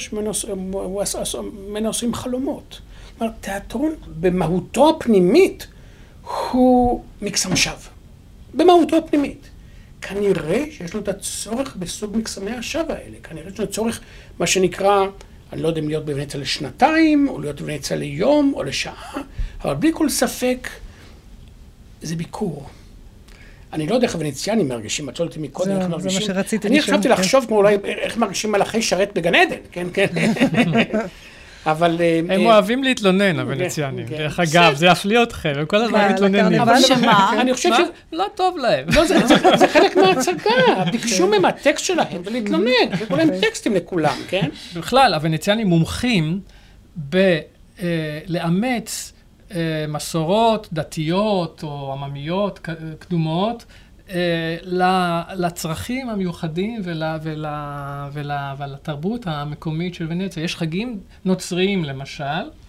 שמנו עושים חלומות. כלומר, תיאטרון במהותו הפנימית הוא מקסם שווא. במהותו הפנימית. כנראה שיש לנו את הצורך בסוג מקסמי השווא האלה. כנראה שיש לנו צורך, מה שנקרא, אני לא יודע אם להיות בוונציה לשנתיים, או להיות בוונציה ליום, או לשעה, אבל בלי כל ספק, זה ביקור. אני לא יודע איך הוונציאנים מרגישים, את שואלת אותי מקודם, איך מרגישים. זה מה שרציתי אני חשבתי לחשוב כמו אולי איך מרגישים מלאכי שרת בגן עדן, כן, כן. אבל... הם אוהבים להתלונן, הוונציאנים. דרך אגב, זה יפליא אתכם, הם כל הזמן מתלוננים. אבל שמה? אני חושב ש... לא טוב להם. זה חלק מההצגה. ביקשו מהם הטקסט שלהם ולהתלונן, וכולם טקסטים לכולם, כן? בכלל, הוונציאנים מומחים בלאמץ מסורות דתיות או עממיות קדומות, לצרכים המיוחדים ולתרבות המקומית של ונציה. יש חגים נוצריים, למשל,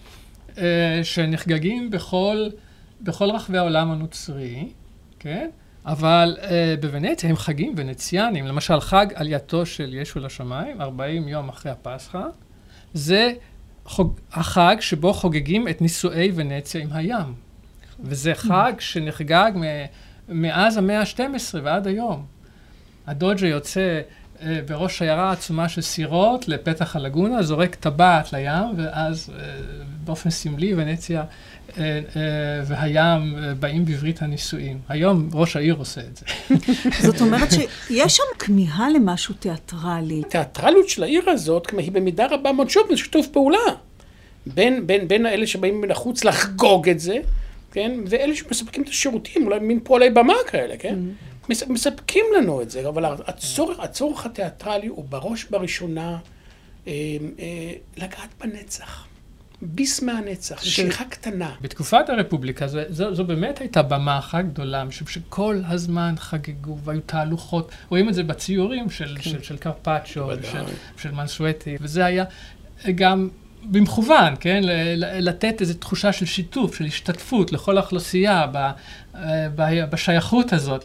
שנחגגים בכל רחבי העולם הנוצרי, כן? אבל בוונציה הם חגים ונציאנים. למשל, חג עלייתו של ישו לשמיים, ארבעים יום אחרי הפסחא, זה החג שבו חוגגים את נישואי ונציה עם הים. וזה חג שנחגג מאז המאה ה-שתים עשרה ועד היום. הדוג'ה יוצא אה, בראש שיירה עצומה של סירות לפתח הלגונה, זורק טבעת לים, ואז אה, באופן סמלי ונציה אה, אה, והים אה, באים בברית הנישואים. היום ראש העיר עושה את זה. זאת אומרת שיש שם כמיהה למשהו תיאטרלי. התיאטרליות של העיר הזאת היא במידה רבה מאוד שוב בשיתוף פעולה. בין, בין, בין האלה שבאים מן החוץ לחגוג את זה, כן? ואלה שמספקים את השירותים, אולי מין פועלי במה כאלה, כן? Mm-hmm. מספקים לנו את זה, אבל הצורך, הצורך התיאטרלי הוא בראש בראשונה אה, אה, לגעת בנצח, ביס מהנצח, ש... שליחה קטנה. בתקופת הרפובליקה, זו, זו, זו באמת הייתה במה אחת גדולה, משום שכל הזמן חגגו, והיו תהלוכות, רואים את זה בציורים של, כן. של, של קרפצ'ו, של, של מנסואטי, וזה היה גם... במכוון, כן? לתת איזו תחושה של שיתוף, של השתתפות לכל האוכלוסייה ב, ב, בשייכות הזאת.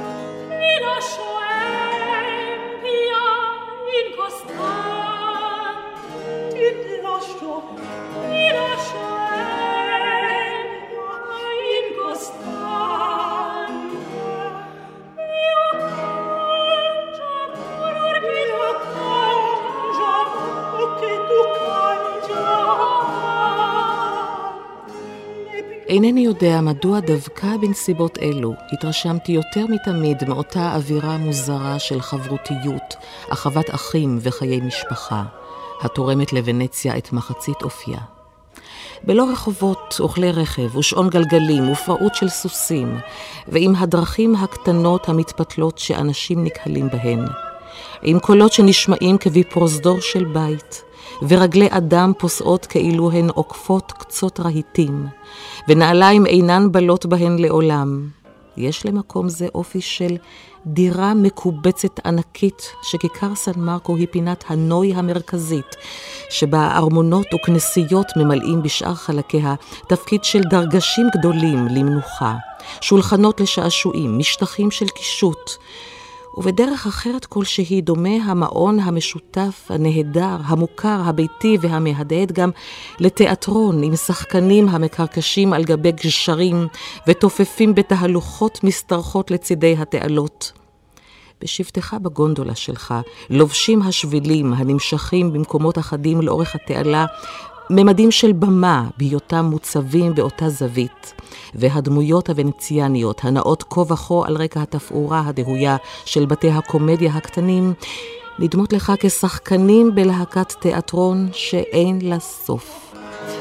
אינני יודע מדוע דווקא בנסיבות אלו התרשמתי יותר מתמיד מאותה אווירה מוזרה של חברותיות, אחוות אחים וחיי משפחה, התורמת לוונציה את מחצית אופייה. בלא רחובות וכלי רכב ושעון גלגלים ופראות של סוסים, ועם הדרכים הקטנות המתפתלות שאנשים נקהלים בהן, עם קולות שנשמעים כבפרוזדור של בית, ורגלי אדם פוסעות כאילו הן עוקפות קצות רהיטים, ונעליים אינן בלות בהן לעולם. יש למקום זה אופי של דירה מקובצת ענקית, שכיכר סן מרקו היא פינת הנוי המרכזית, שבה ארמונות וכנסיות ממלאים בשאר חלקיה תפקיד של דרגשים גדולים למנוחה, שולחנות לשעשועים, משטחים של קישוט, ובדרך אחרת כלשהי דומה המעון המשותף, הנהדר, המוכר, הביתי והמהדהד גם לתיאטרון עם שחקנים המקרקשים על גבי גשרים ותופפים בתהלוכות מסתרכות לצידי התעלות. בשבתך בגונדולה שלך לובשים השבילים הנמשכים במקומות אחדים לאורך התעלה ממדים של במה בהיותם מוצבים באותה זווית, והדמויות הוונציאניות הנעות כה וכה על רקע התפאורה הדהויה של בתי הקומדיה הקטנים נדמות לך כשחקנים בלהקת תיאטרון שאין לה סוף.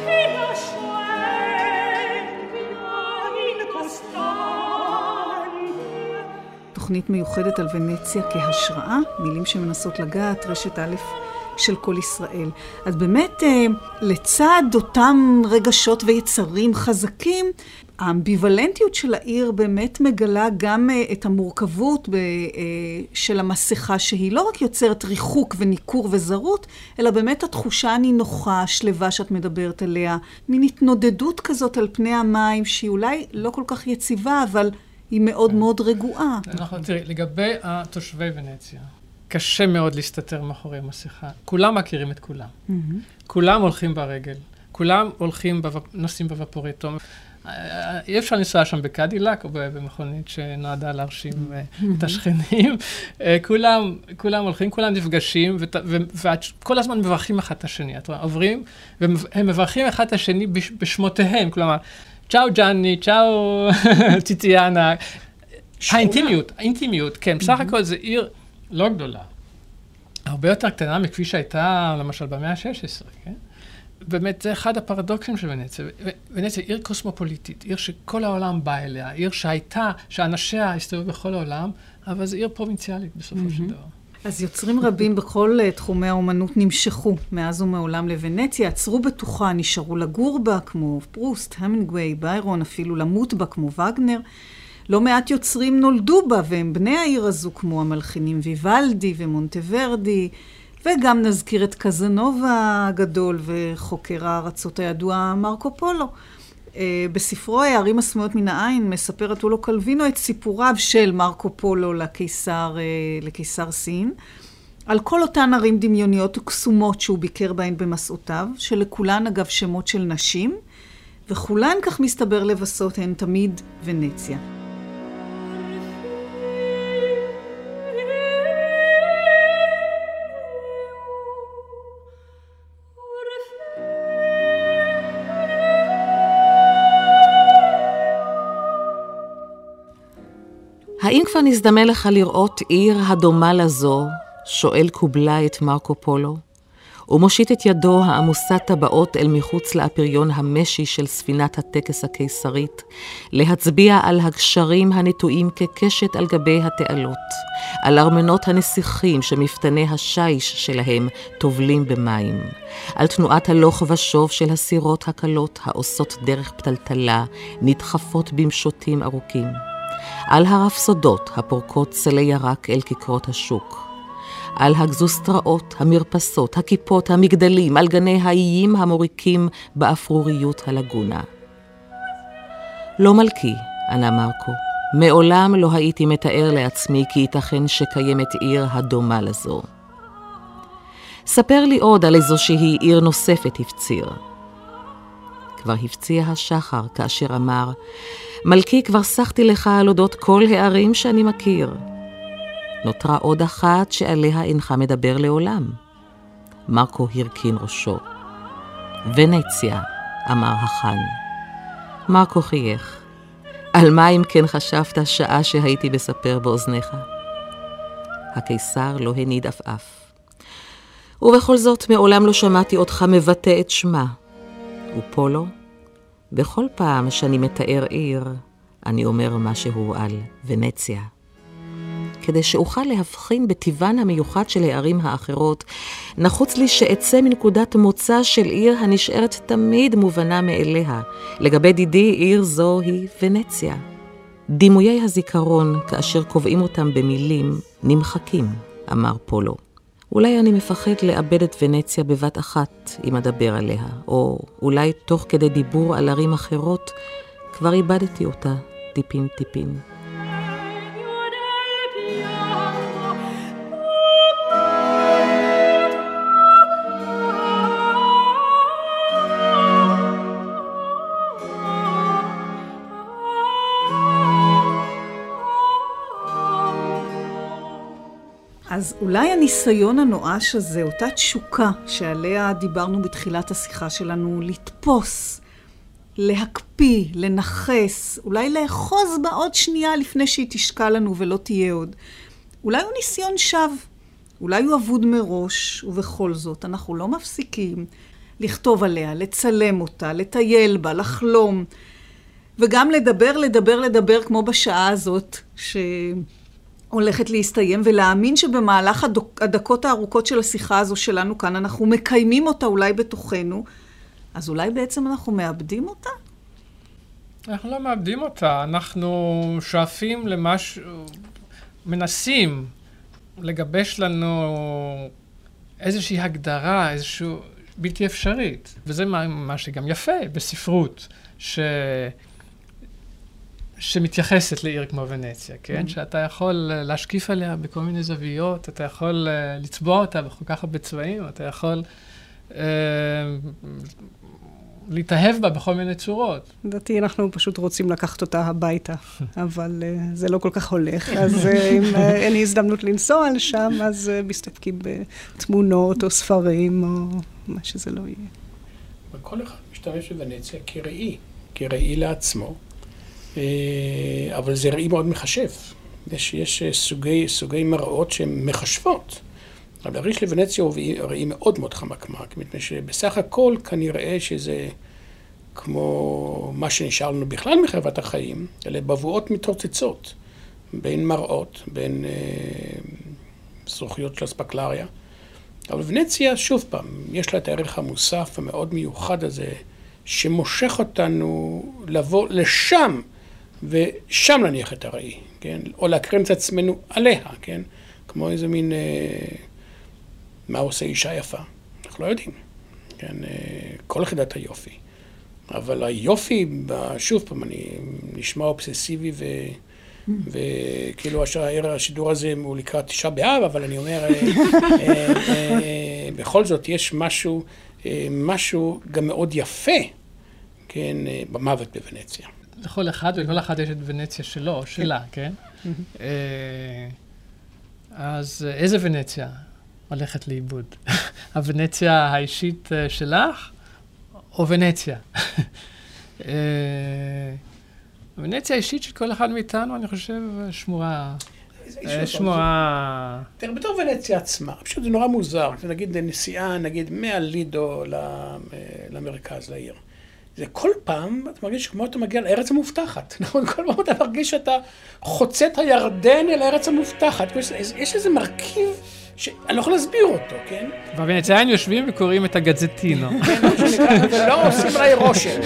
תוכנית מיוחדת על ונציה כהשראה, מילים שמנסות לגעת, רשת א' של כל ישראל. אז באמת, לצד אותם רגשות ויצרים חזקים, האמביוולנטיות של העיר באמת מגלה גם את המורכבות של המסכה, שהיא לא רק יוצרת ריחוק וניכור וזרות, אלא באמת התחושה הנינוחה, השלווה שאת מדברת עליה, מין התנודדות כזאת על פני המים, שהיא אולי לא כל כך יציבה, אבל היא מאוד מאוד רגועה. נכון, תראי, לגבי תושבי ונציה, קשה מאוד להסתתר מאחורי מסכה. כולם מכירים את כולם. Mm-hmm. כולם הולכים ברגל. כולם הולכים, בו... נוסעים בוופורטו. אי אפשר לנסוע שם בקדילק או במכונית שנועדה להרשים mm-hmm. את השכנים. כולם, כולם הולכים, כולם נפגשים, וכל ו... הזמן מברכים אחד את השני. את רואה, עוברים, והם מברכים אחד את השני בש... בשמותיהם. כלומר, צ'או ג'אני, צ'או טיטיאנה. האינטימיות, האינטימיות, כן. בסך הכל זה עיר לא גדולה. הרבה יותר קטנה מכפי שהייתה, למשל, במאה ה-שש עשרה, כן? באמת, זה אחד הפרדוקסים של ונציה. ונציה היא עיר קוסמופוליטית, עיר שכל העולם בא אליה, עיר שהייתה, שאנשיה הסתובבו בכל העולם, אבל זו עיר פרובינציאלית בסופו של דבר. אז יוצרים רבים בכל תחומי האומנות נמשכו מאז ומעולם לוונציה, עצרו בתוכה, נשארו לגור בה, כמו פרוסט, המינגווי, ביירון, אפילו למות בה, כמו וגנר. לא מעט יוצרים נולדו בה, והם בני העיר הזו, כמו המלחינים ויוולדי ומונטוורדי, וגם נזכיר את קזנובה הגדול וחוקר הארצות הידוע מרקו פולו. בספרו הערים הסמויות מן העין מספר אטולו קלווינו את סיפוריו של מרקו פולו לקיסר, לקיסר סין, על כל אותן ערים דמיוניות וקסומות שהוא ביקר בהן במסעותיו, שלכולן אגב שמות של נשים, וכולן כך מסתבר לבסות הן תמיד ונציה. האם כבר נזדמן לך לראות עיר הדומה לזו, שואל קובלה את מרקו פולו, ומושיט את ידו העמוסת טבעות אל מחוץ לאפיריון המשי של ספינת הטקס הקיסרית, להצביע על הגשרים הנטועים כקשת על גבי התעלות, על ארמנות הנסיכים שמפתני השיש שלהם טובלים במים, על תנועת הלוך ושוב של הסירות הקלות העושות דרך פתלתלה, נדחפות במשוטים ארוכים, על הרפסודות הפורקות צלי ירק אל כיכרות השוק, על הגזוסטראות, המרפסות, הכיפות, המגדלים, על גני האיים המוריקים באפרוריות הלגונה. לא מלכי, ענה מרקו, מעולם לא הייתי מתאר לעצמי כי ייתכן שקיימת עיר הדומה לזו. ספר לי עוד על איזושהי עיר נוספת הפציר. כבר הפציע השחר כאשר אמר, מלכי, כבר שחתי לך על אודות כל הערים שאני מכיר. נותרה עוד אחת שעליה אינך מדבר לעולם. מרקו הרכין ראשו. ונציה, אמר החן. מרקו חייך. על מה אם כן חשבת שעה שהייתי בספר באוזניך? הקיסר לא הניד אף אף. ובכל זאת מעולם לא שמעתי אותך מבטא את שמה. ופולו, בכל פעם שאני מתאר עיר, אני אומר משהו על ונציה. כדי שאוכל להבחין בטבען המיוחד של הערים האחרות, נחוץ לי שאצא מנקודת מוצא של עיר הנשארת תמיד מובנה מאליה. לגבי דידי, עיר זו היא ונציה. דימויי הזיכרון, כאשר קובעים אותם במילים, נמחקים, אמר פולו. אולי אני מפחד לאבד את ונציה בבת אחת אם אדבר עליה, או אולי תוך כדי דיבור על ערים אחרות, כבר איבדתי אותה טיפין טיפין. אז אולי הניסיון הנואש הזה, אותה תשוקה שעליה דיברנו בתחילת השיחה שלנו, לתפוס, להקפיא, לנחס, אולי לאחוז בה עוד שנייה לפני שהיא תשקע לנו ולא תהיה עוד. אולי הוא ניסיון שווא, אולי הוא אבוד מראש, ובכל זאת אנחנו לא מפסיקים לכתוב עליה, לצלם אותה, לטייל בה, לחלום, וגם לדבר, לדבר, לדבר כמו בשעה הזאת ש... הולכת להסתיים, ולהאמין שבמהלך הדוק, הדקות הארוכות של השיחה הזו שלנו כאן, אנחנו מקיימים אותה אולי בתוכנו, אז אולי בעצם אנחנו מאבדים אותה? אנחנו לא מאבדים אותה, אנחנו שואפים למשהו, מנסים לגבש לנו איזושהי הגדרה, איזושהי בלתי אפשרית, וזה מה, מה שגם יפה בספרות, ש... שמתייחסת לעיר כמו ונציה, כן? Mm-hmm. שאתה יכול להשקיף עליה בכל מיני זוויות, אתה יכול uh, לצבוע אותה בכל כך הרבה צבעים, אתה יכול uh, להתאהב בה בכל מיני צורות. לדעתי, אנחנו פשוט רוצים לקחת אותה הביתה, אבל uh, זה לא כל כך הולך. אז uh, אם uh, אין הזדמנות לנסוע לשם, אז uh, מסתפקים בתמונות או ספרים או מה שזה לא יהיה. וכל אחד משתמש בוונציה כראי, כראי לעצמו. אבל זה ראי מאוד מחשב. יש, יש סוגי, סוגי מראות שהן מחשבות. אבל הריש לוונציה הוא ראי מאוד מאוד חמקמק, מפני שבסך הכל כנראה שזה כמו מה שנשאר לנו בכלל מחרבת החיים, אלה בבואות מתרוצצות, בין מראות, בין אה, זרוחיות של אספקלריה. אבל ונציה, שוב פעם, יש לה את הערך המוסף המאוד מיוחד הזה, שמושך אותנו לבוא לשם, ושם להניח את הראי, כן? או להקרין את עצמנו עליה, כן? כמו איזה מין, אה, מה עושה אישה יפה? אנחנו לא יודעים, כן? אה, כל יחידת היופי. אבל היופי, שוב פעם, אני נשמע אובססיבי ו... וכאילו השידור הזה הוא לקראת תשעה באב, אבל אני אומר, בכל זאת יש משהו, משהו גם מאוד יפה, כן, במוות בוונציה. לכל אחד ולכל אחד יש את ונציה שלו, שלה, כן? אז איזה ונציה הולכת לאיבוד? הוונציה האישית שלך או ונציה? הוונציה האישית של כל אחד מאיתנו, אני חושב, שמורה... שמורה... תראה, בתור ונציה עצמה, פשוט זה נורא מוזר. נגיד נסיעה, נגיד, מהלידו למרכז, לעיר. זה כל פעם, אתה מרגיש כמו אתה מגיע לארץ המובטחת. נכון? כל פעם אתה מרגיש שאתה חוצה את הירדן אל הארץ המובטחת. יש איזה מרכיב שאני לא יכול להסביר אותו, כן? בוונציאנים יושבים וקוראים את הגזטינו. כן, מה שנקרא, ולא עושים עליי רושם.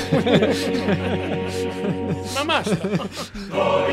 ממש לא.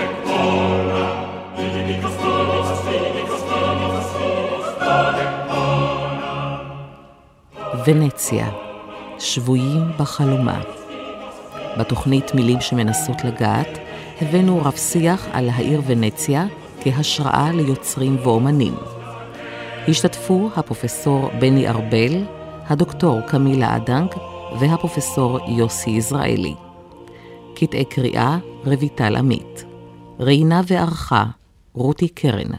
ונציה, שבויים בחלומה. בתוכנית מילים שמנסות לגעת, הבאנו רב שיח על העיר ונציה כהשראה ליוצרים ואומנים. השתתפו הפרופסור בני ארבל, הדוקטור קמילה אדנק והפרופסור יוסי יזרעאלי. קטעי קריאה רויטל עמית. ראינה וערכה רותי קרן.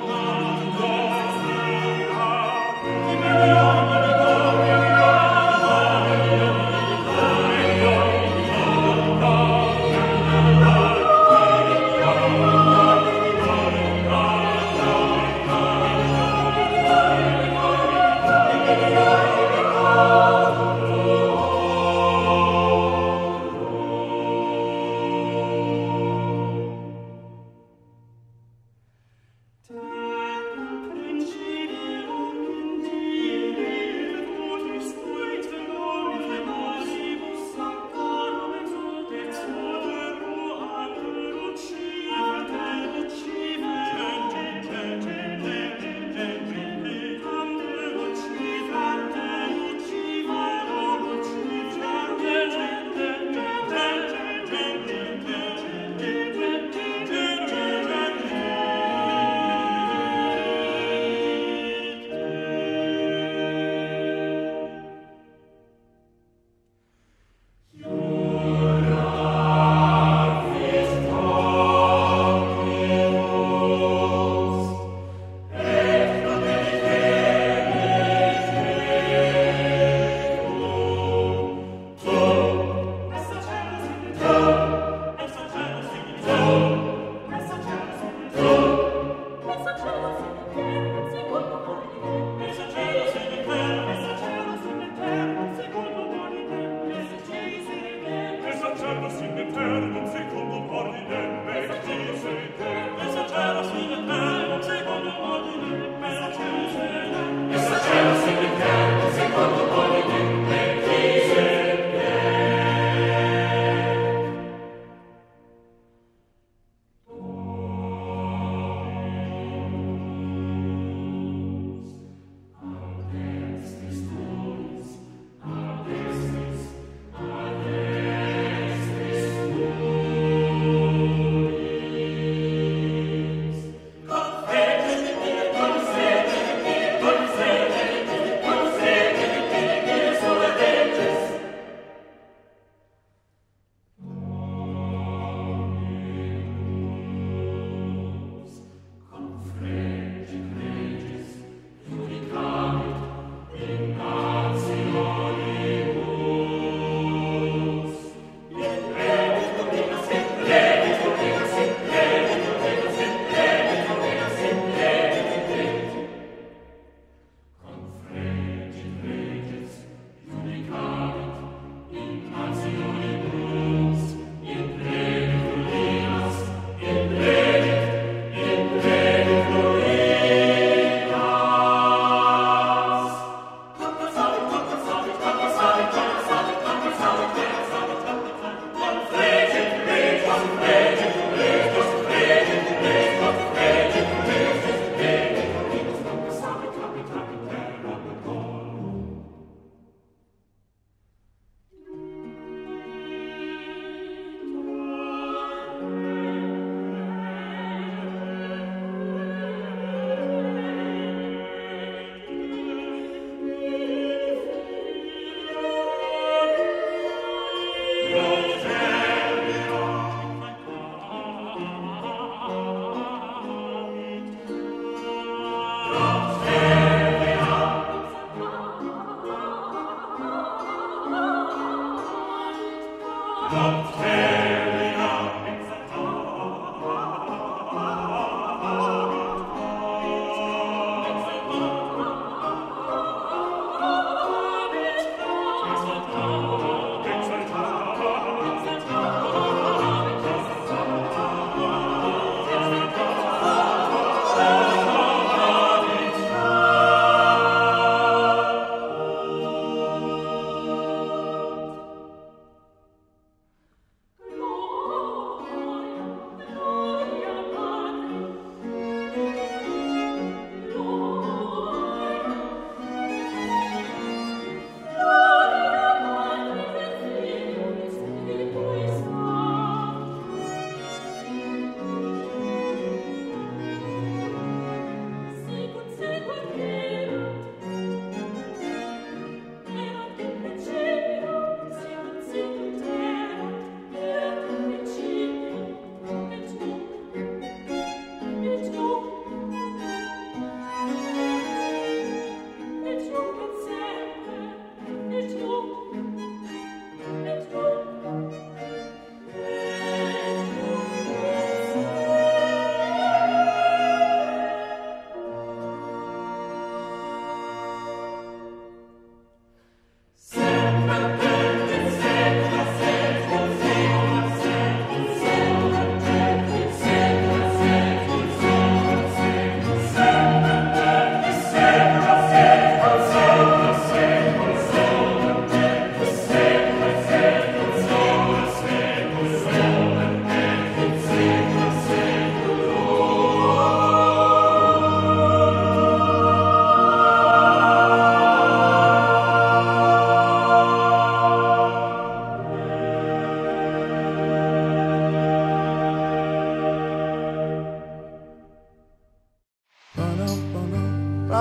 Oh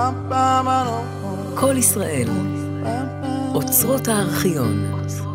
כל ישראל, אוצרות הארכיון.